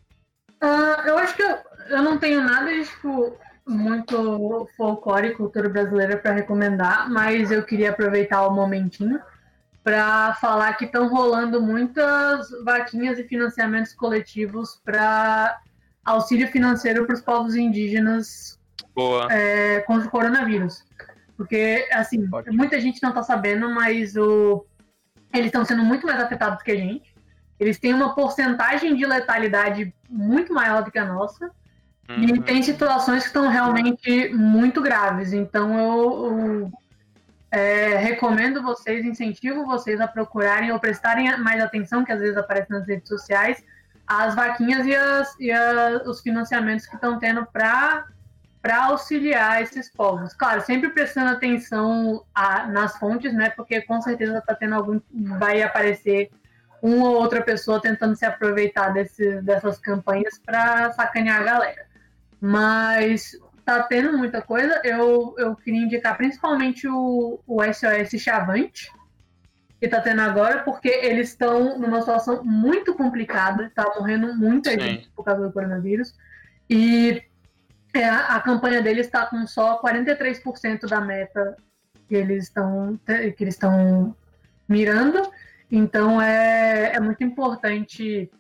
Eu acho que eu não tenho nada de tipo muito folclore e cultura brasileira para recomendar, mas eu queria aproveitar o momentinho para falar que estão rolando muitas vaquinhas e financiamentos coletivos para auxílio financeiro para os povos indígenas contra o coronavírus. Porque, assim, muita gente não está sabendo, mas eles estão sendo muito mais afetados que a gente. Eles têm uma porcentagem de letalidade muito maior do que a nossa. E tem situações que estão realmente muito graves. Então eu recomendo vocês, incentivo vocês a procurarem ou prestarem mais atenção, que às vezes aparece nas redes sociais, as vaquinhas e os financiamentos que estão tendo para auxiliar esses povos. Claro, sempre prestando atenção nas fontes, né? Porque com certeza vai aparecer uma ou outra pessoa tentando se aproveitar dessas campanhas para sacanear a galera. Mas tá tendo muita coisa. Eu queria indicar principalmente o SOS Chavante, que tá tendo agora, porque eles estão numa situação muito complicada, tá morrendo muita gente por causa do coronavírus, e a campanha deles está com só 43% da meta que eles estão mirando. Então é muito importante,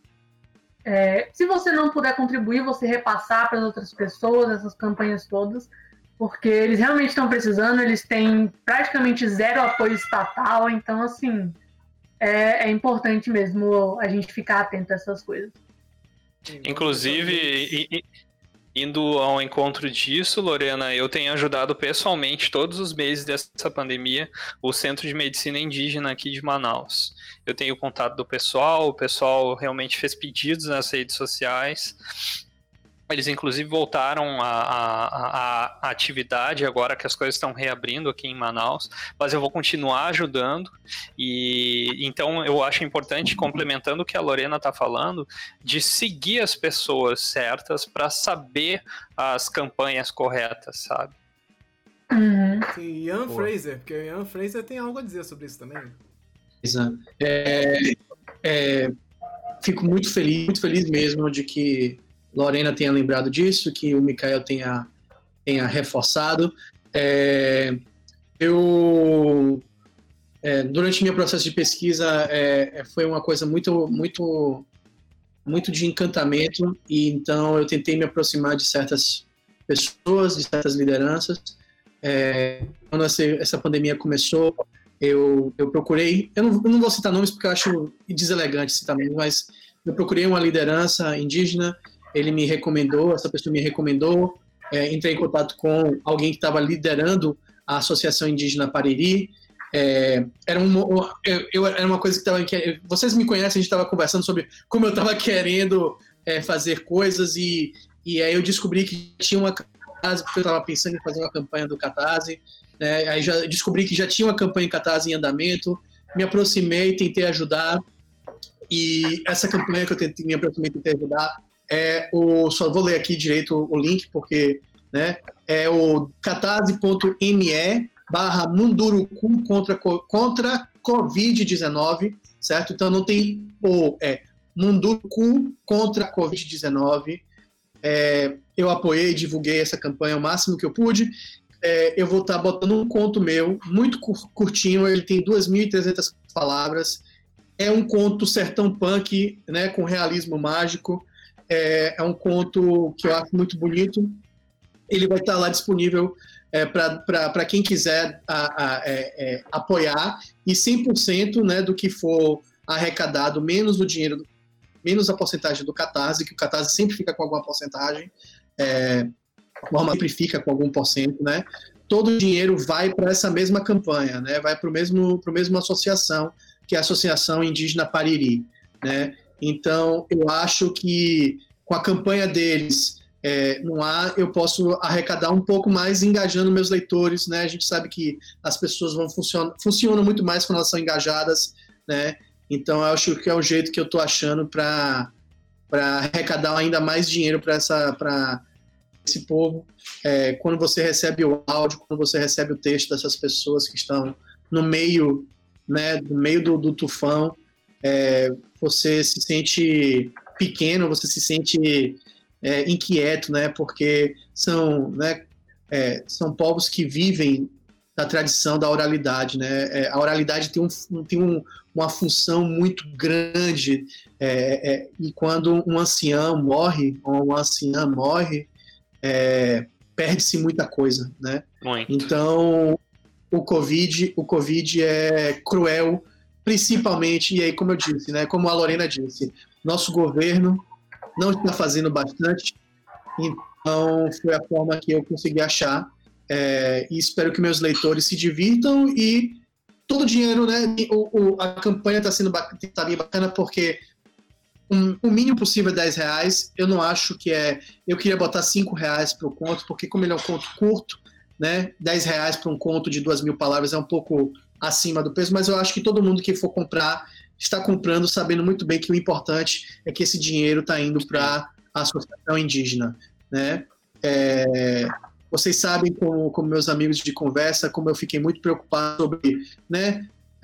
se você não puder contribuir, você repassar para as outras pessoas essas campanhas todas, porque eles realmente estão precisando, eles têm praticamente zero apoio estatal, então assim, é importante mesmo a gente ficar atento a essas coisas. Inclusive, indo ao encontro disso, Lorena, eu tenho ajudado pessoalmente todos os meses dessa pandemia o Centro de Medicina Indígena aqui de Manaus. Eu tenho contato do pessoal, o pessoal realmente fez pedidos nas redes sociais. Eles inclusive voltaram à atividade agora que as coisas estão reabrindo aqui em Manaus, mas eu vou continuar ajudando. E então eu acho importante, complementando o que a Lorena está falando, de seguir as pessoas certas para saber as campanhas corretas, sabe? Uhum. Sim, Ian Pô. Fraser, porque o Ian Fraser tem algo a dizer sobre isso também. Fico muito feliz mesmo de que Lorena tenha lembrado disso, que o Mikael tenha reforçado. Durante meu processo de pesquisa, foi uma coisa muito de encantamento, e então eu tentei me aproximar de certas pessoas, de certas lideranças. Quando essa pandemia começou, eu procurei, eu não vou citar nomes porque eu acho deselegante citar nomes, mas eu procurei uma liderança indígena, essa pessoa me recomendou, entrei em contato com alguém que estava liderando a Associação Indígena Pariri. Era uma coisa que estava... Vocês me conhecem, a gente estava conversando sobre como eu estava querendo fazer coisas, e aí eu descobri que tinha uma Catarse, porque eu estava pensando em fazer uma campanha do Catarse, né? Aí já descobri que já tinha uma campanha em Catarse em andamento, me aproximei, tentei ajudar, e essa campanha que eu me aproximei e tentei ajudar só vou ler aqui direito o link, porque, né, é o catarse.me/Munduruku contra Covid-19, certo? Então não tem Munduruku contra Covid-19. Eu apoiei, divulguei essa campanha o máximo que eu pude. Eu vou estar botando um conto meu, muito curtinho, ele tem 2.300 palavras. É um conto sertão punk, né, com realismo mágico. É um conto que eu acho muito bonito. Ele vai estar lá disponível para quem quiser apoiar, e 100%, né, do que for arrecadado, menos o dinheiro, menos a porcentagem do Catarse, que o Catarse sempre fica com alguma porcentagem, a forma sempre fica com algum porcento, né? Todo o dinheiro vai para essa mesma campanha, né? Vai para o mesmo associação, que é a Associação Indígena Pariri, né? Então, eu acho que com a campanha deles, eu posso arrecadar um pouco mais engajando meus leitores, né? A gente sabe que as pessoas funcionam muito mais quando elas são engajadas, né? Então, eu acho que é o jeito que eu estou achando para arrecadar ainda mais dinheiro para esse povo. Quando você recebe o áudio, quando você recebe o texto dessas pessoas que estão no meio, né, no meio do tufão, você se sente pequeno, você se sente inquieto, né, porque são povos que vivem da tradição da oralidade, né? A oralidade tem uma função muito grande, e quando um ancião morre, ou uma anciã morre, perde-se muita coisa, né? Muito. Então, o Covid é cruel, principalmente, e aí, como eu disse, né, como a Lorena disse, nosso governo não está fazendo bastante, então foi a forma que eu consegui achar, e espero que meus leitores se divirtam, e todo o dinheiro, né, a campanha está bem bacana, porque o mínimo possível é R$10, eu não acho que eu queria botar R$5 para o conto, porque como ele é um conto curto, né, R$10 para um conto de 2.000 palavras é um pouco acima do peso, mas eu acho que todo mundo que for comprar está comprando sabendo muito bem que o importante é que esse dinheiro está indo para a associação indígena, né? Vocês sabem, como meus amigos de conversa, como eu fiquei muito preocupado sobre, né,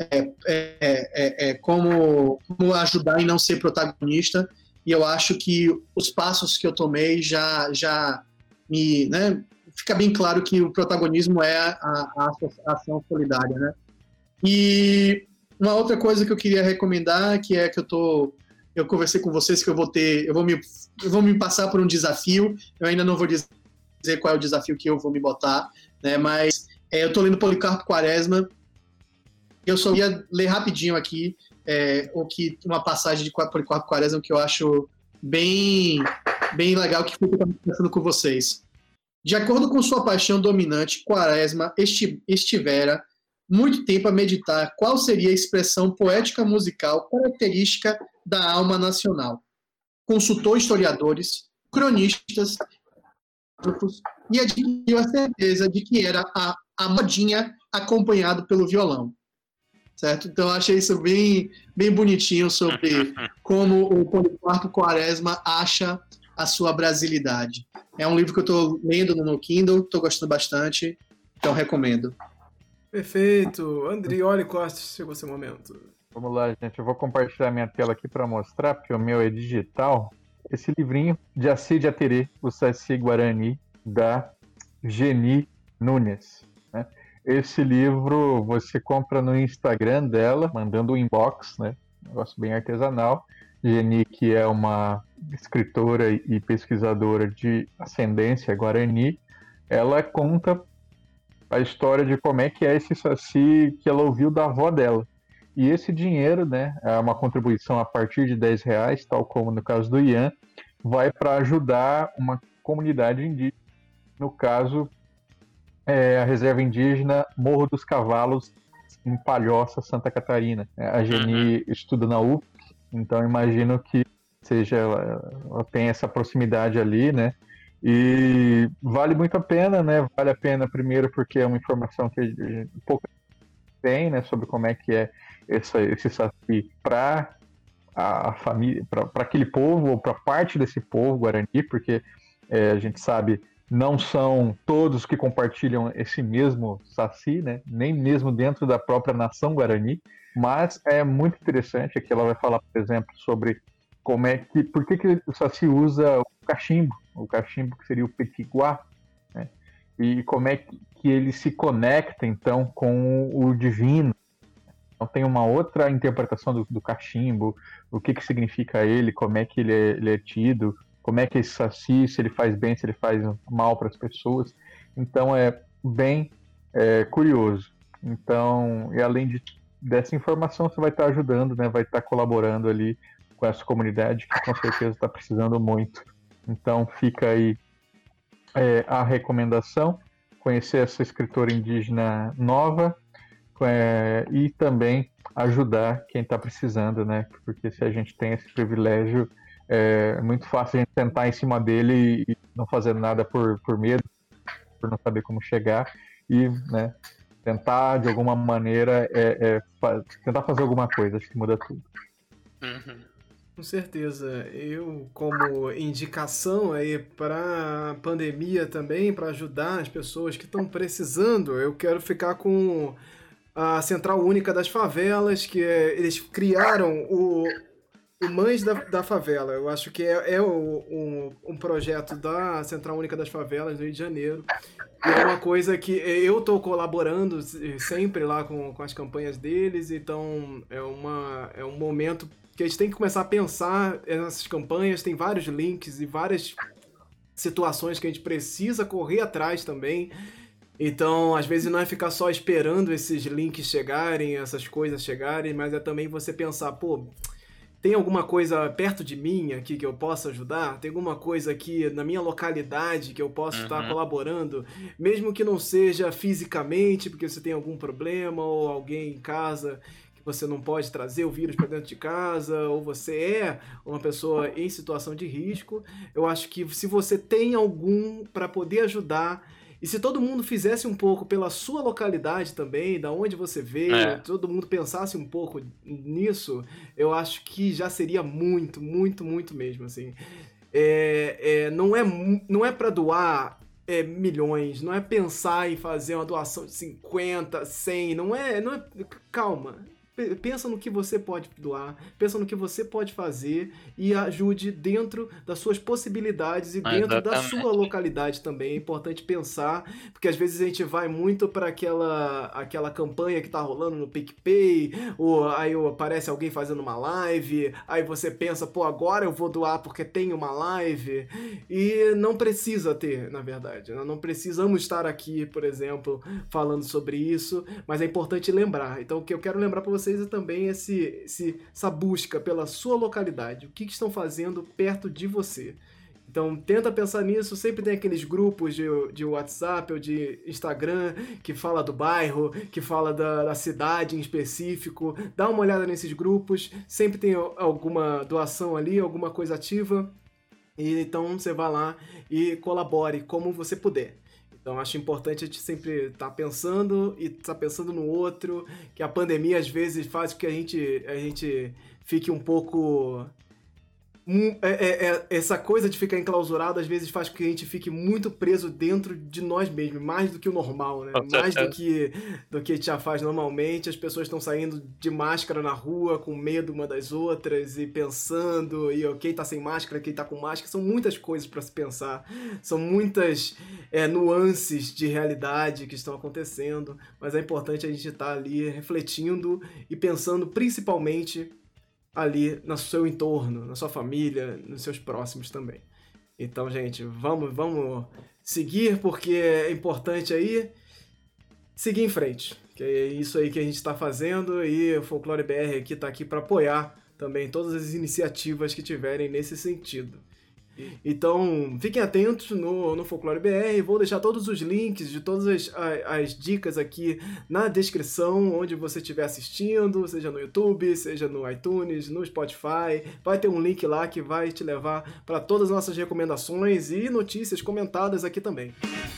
como ajudar e não ser protagonista, e eu acho que os passos que eu tomei já me, né, fica bem claro que o protagonismo é a ação solidária, né? E uma outra coisa que eu queria recomendar, que é que eu conversei com vocês que eu vou me passar por um desafio. Eu ainda não vou dizer qual é o desafio que eu vou me botar, né? Mas eu estou lendo Policarpo Quaresma. Eu só ia ler rapidinho aqui uma passagem de Policarpo Quaresma que eu acho bem legal, que foi o que eu estava conversando com vocês. De acordo com sua paixão dominante, Quaresma estivera muito tempo a meditar qual seria a expressão poética musical característica da alma nacional. Consultou historiadores, cronistas, e adquiriu a certeza de que era a modinha acompanhado pelo violão. Certo? Então, eu achei isso bem bonitinho sobre como o Policarpo Quaresma acha a sua brasilidade. É um livro que eu estou lendo no Kindle, estou gostando bastante. Então recomendo. Perfeito. Andrioli Costa, chegou seu momento. Vamos lá, gente. Eu vou compartilhar minha tela aqui para mostrar, porque o meu é digital. Esse livrinho de Acide Aterê, o Saci Guarani, da Geni Nunes. Né? Esse livro você compra no Instagram dela, mandando um inbox, né? Um negócio bem artesanal. Geni, que é uma escritora e pesquisadora de ascendência guarani, ela conta a história de como é que é esse saci que ela ouviu da avó dela. E esse dinheiro, né, é uma contribuição a partir de R$10, tal como no caso do Ian, vai para ajudar uma comunidade indígena, no caso, a reserva indígena Morro dos Cavalos, em Palhoça, Santa Catarina. A Geni estuda na UF, então imagino que seja, ela tem essa proximidade ali, né? E vale muito a pena, né? Vale a pena primeiro porque é uma informação que pouco tem, né? Sobre como é que é esse saci para a família, para aquele povo ou para parte desse povo guarani, porque a gente sabe não são todos que compartilham esse mesmo saci, né? Nem mesmo dentro da própria nação guarani, mas é muito interessante. Aqui ela vai falar, por exemplo, sobre por que o saci usa o cachimbo que seria o pequiguá, né? E como é que ele se conecta então com o divino. Então tem uma outra interpretação do cachimbo, o que significa ele, como é que ele é tido, como é que esse saci, se ele faz bem, se ele faz mal para as pessoas. Então é bem curioso. Então, e além dessa informação, você vai estar ajudando, né? Vai estar colaborando ali com essa comunidade que com certeza está precisando muito. Então fica aí a recomendação, conhecer essa escritora indígena nova e também ajudar quem está precisando, né? Porque se a gente tem esse privilégio, é muito fácil a gente sentar em cima dele e não fazer nada por medo, por não saber como chegar e, né, tentar de alguma maneira tentar fazer alguma coisa, acho que muda tudo. Com certeza. Eu, como indicação aí para a pandemia também, para ajudar as pessoas que estão precisando, eu quero ficar com a Central Única das Favelas, que eles criaram o Mães da Favela. Eu acho que é um projeto da Central Única das Favelas do Rio de Janeiro. E é uma coisa que eu estou colaborando sempre lá com as campanhas deles, então é um momento que a gente tem que começar a pensar nessas campanhas. Tem vários links e várias situações que a gente precisa correr atrás também. Então, às vezes não é ficar só esperando esses links chegarem, essas coisas chegarem, mas é também você pensar, pô, tem alguma coisa perto de mim aqui que eu possa ajudar? Tem alguma coisa aqui na minha localidade que eu possa estar colaborando? Mesmo que não seja fisicamente, porque você tem algum problema, ou alguém em casa que você não pode trazer o vírus para dentro de casa, ou você é uma pessoa em situação de risco. Eu acho que se você tem algum para poder ajudar, e se todo mundo fizesse um pouco pela sua localidade também, da onde você veio, todo mundo pensasse um pouco nisso, eu acho que já seria muito, muito, muito mesmo, assim. Não é para doar milhões, não é pensar em fazer uma doação de 50, 100, não é. Calma. Pensa no que você pode doar, pensa no que você pode fazer e ajude dentro das suas possibilidades e dentro da sua localidade também. É importante pensar, porque às vezes a gente vai muito para aquela campanha que tá rolando no PicPay, ou aí aparece alguém fazendo uma live, aí você pensa, pô, agora eu vou doar porque tem uma live, e não precisa ter, na verdade. Não precisamos estar aqui, por exemplo, falando sobre isso, mas é importante lembrar. Então o que eu quero lembrar para vocês é também essa busca pela sua localidade. O que estão fazendo perto de você? Então, tenta pensar nisso. Sempre tem aqueles grupos de WhatsApp ou de Instagram que fala do bairro, que fala da cidade em específico. Dá uma olhada nesses grupos. Sempre tem alguma doação ali, alguma coisa ativa. E então, você vai lá e colabore como você puder. Então, acho importante a gente sempre estar pensando e estar pensando no outro, que a pandemia às vezes faz com que a gente fique um pouco essa coisa de ficar enclausurado às vezes faz com que a gente fique muito preso dentro de nós mesmos, mais do que o normal, né? Mais do que a gente já faz normalmente. As pessoas estão saindo de máscara na rua com medo uma das outras e pensando, e quem tá sem máscara, quem tá com máscara, são muitas coisas para se pensar, são muitas nuances de realidade que estão acontecendo, mas é importante a gente estar ali refletindo e pensando principalmente ali no seu entorno, na sua família, nos seus próximos também. Então, gente, vamos seguir, porque é importante aí seguir em frente, que é isso aí que a gente está fazendo, e o Folclore BR aqui está aqui para apoiar também todas as iniciativas que tiverem nesse sentido. Então, fiquem atentos no Folclore BR, vou deixar todos os links de todas as dicas aqui na descrição, onde você estiver assistindo, seja no YouTube, seja no iTunes, no Spotify, vai ter um link lá que vai te levar para todas as nossas recomendações e notícias comentadas aqui também.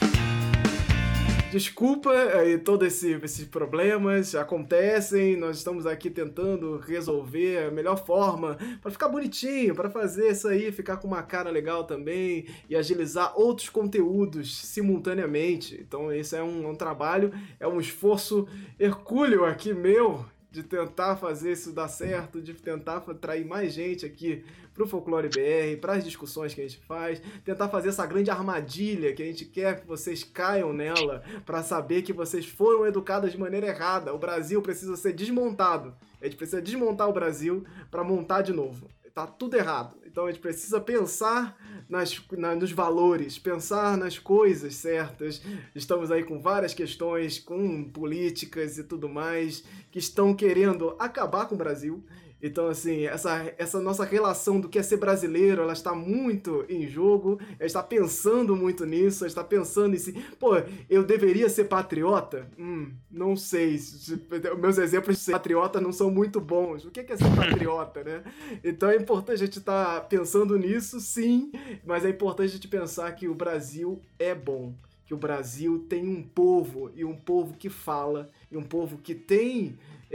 Desculpa aí todos esses problemas acontecem, nós estamos aqui tentando resolver a melhor forma para ficar bonitinho, para fazer isso aí ficar com uma cara legal também e agilizar outros conteúdos simultaneamente. Então esse é um trabalho, é um esforço hercúleo aqui meu de tentar fazer isso dar certo, de tentar atrair mais gente aqui pro Folclore BR, para as discussões que a gente faz, tentar fazer essa grande armadilha que a gente quer que vocês caiam nela, para saber que vocês foram educados de maneira errada. O Brasil precisa ser desmontado. A gente precisa desmontar o Brasil para montar de novo. Tá tudo errado. Então a gente precisa pensar nos valores, pensar nas coisas certas. Estamos aí com várias questões, com políticas e tudo mais, que estão querendo acabar com o Brasil. Então, assim, essa nossa relação do que é ser brasileiro, ela está muito em jogo, ela está pensando muito nisso, ela está pensando em si, pô, eu deveria ser patriota? Não sei, meus exemplos de ser patriota não são muito bons. O que é ser patriota, né? Então é importante a gente estar pensando nisso, sim, mas é importante a gente pensar que o Brasil é bom, que o Brasil tem um povo, e um povo que fala, e um povo que tem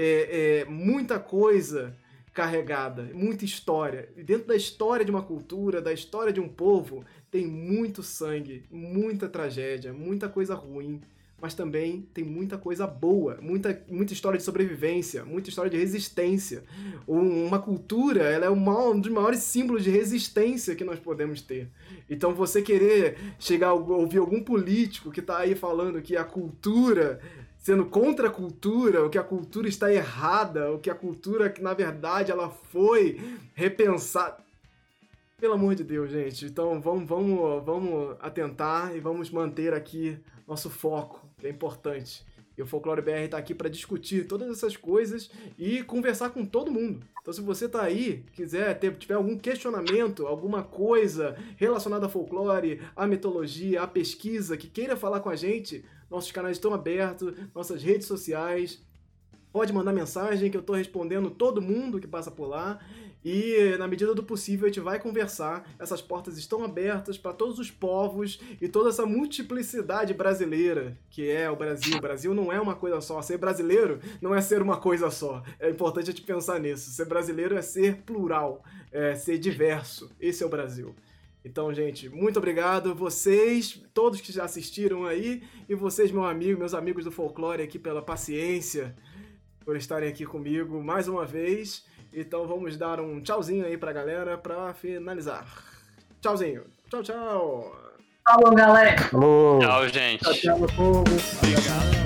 muita coisa carregada, muita história. E dentro da história de uma cultura, da história de um povo, tem muito sangue, muita tragédia, muita coisa ruim, mas também tem muita coisa boa, muita história de sobrevivência, muita história de resistência. Uma cultura, ela é um dos maiores símbolos de resistência que nós podemos ter. Então você querer chegar a ouvir algum político que está aí falando que a cultura, sendo contra a cultura, ou que a cultura está errada, ou que a cultura, que na verdade ela foi repensada. Pelo amor de Deus, gente. Então vamos atentar e vamos manter aqui nosso foco, que é importante. E o Folclore BR está aqui para discutir todas essas coisas e conversar com todo mundo. Então se você está aí, tiver algum questionamento, alguma coisa relacionada a folclore, a mitologia, a pesquisa, que queira falar com a gente, nossos canais estão abertos, nossas redes sociais. Pode mandar mensagem que eu estou respondendo todo mundo que passa por lá. E, na medida do possível, a gente vai conversar. Essas portas estão abertas para todos os povos e toda essa multiplicidade brasileira que é o Brasil. O Brasil não é uma coisa só. Ser brasileiro não é ser uma coisa só. É importante a gente pensar nisso. Ser brasileiro é ser plural, é ser diverso. Esse é o Brasil. Então, gente, muito obrigado. Vocês, todos que já assistiram aí, e vocês, meus amigos do Folclore, aqui pela paciência, por estarem aqui comigo mais uma vez. Então vamos dar um tchauzinho aí pra galera pra finalizar. Tchauzinho. Tchau, tchau. Falou, galera. Alô. Tchau, gente. Tchau, tchau, meu povo. Obrigado.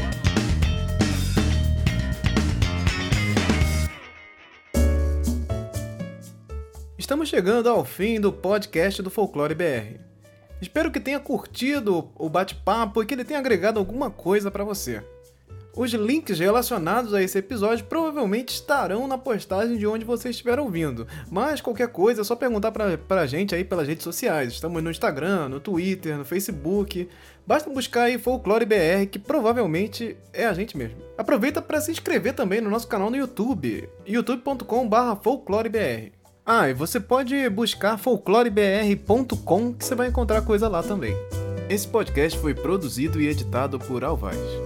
Estamos chegando ao fim do podcast do Folclore BR. Espero que tenha curtido o bate-papo e que ele tenha agregado alguma coisa pra você. Os links relacionados a esse episódio provavelmente estarão na postagem de onde você estiver ouvindo, mas qualquer coisa é só perguntar pra gente aí pelas redes sociais. Estamos no Instagram, no Twitter, no Facebook. Basta buscar aí Folclore BR, que provavelmente é a gente mesmo. Aproveita para se inscrever também no nosso canal no YouTube, youtube.com/folclorebr. E você pode buscar folclorebr.com, que você vai encontrar coisa lá também. Esse podcast foi produzido e editado por Alvaz.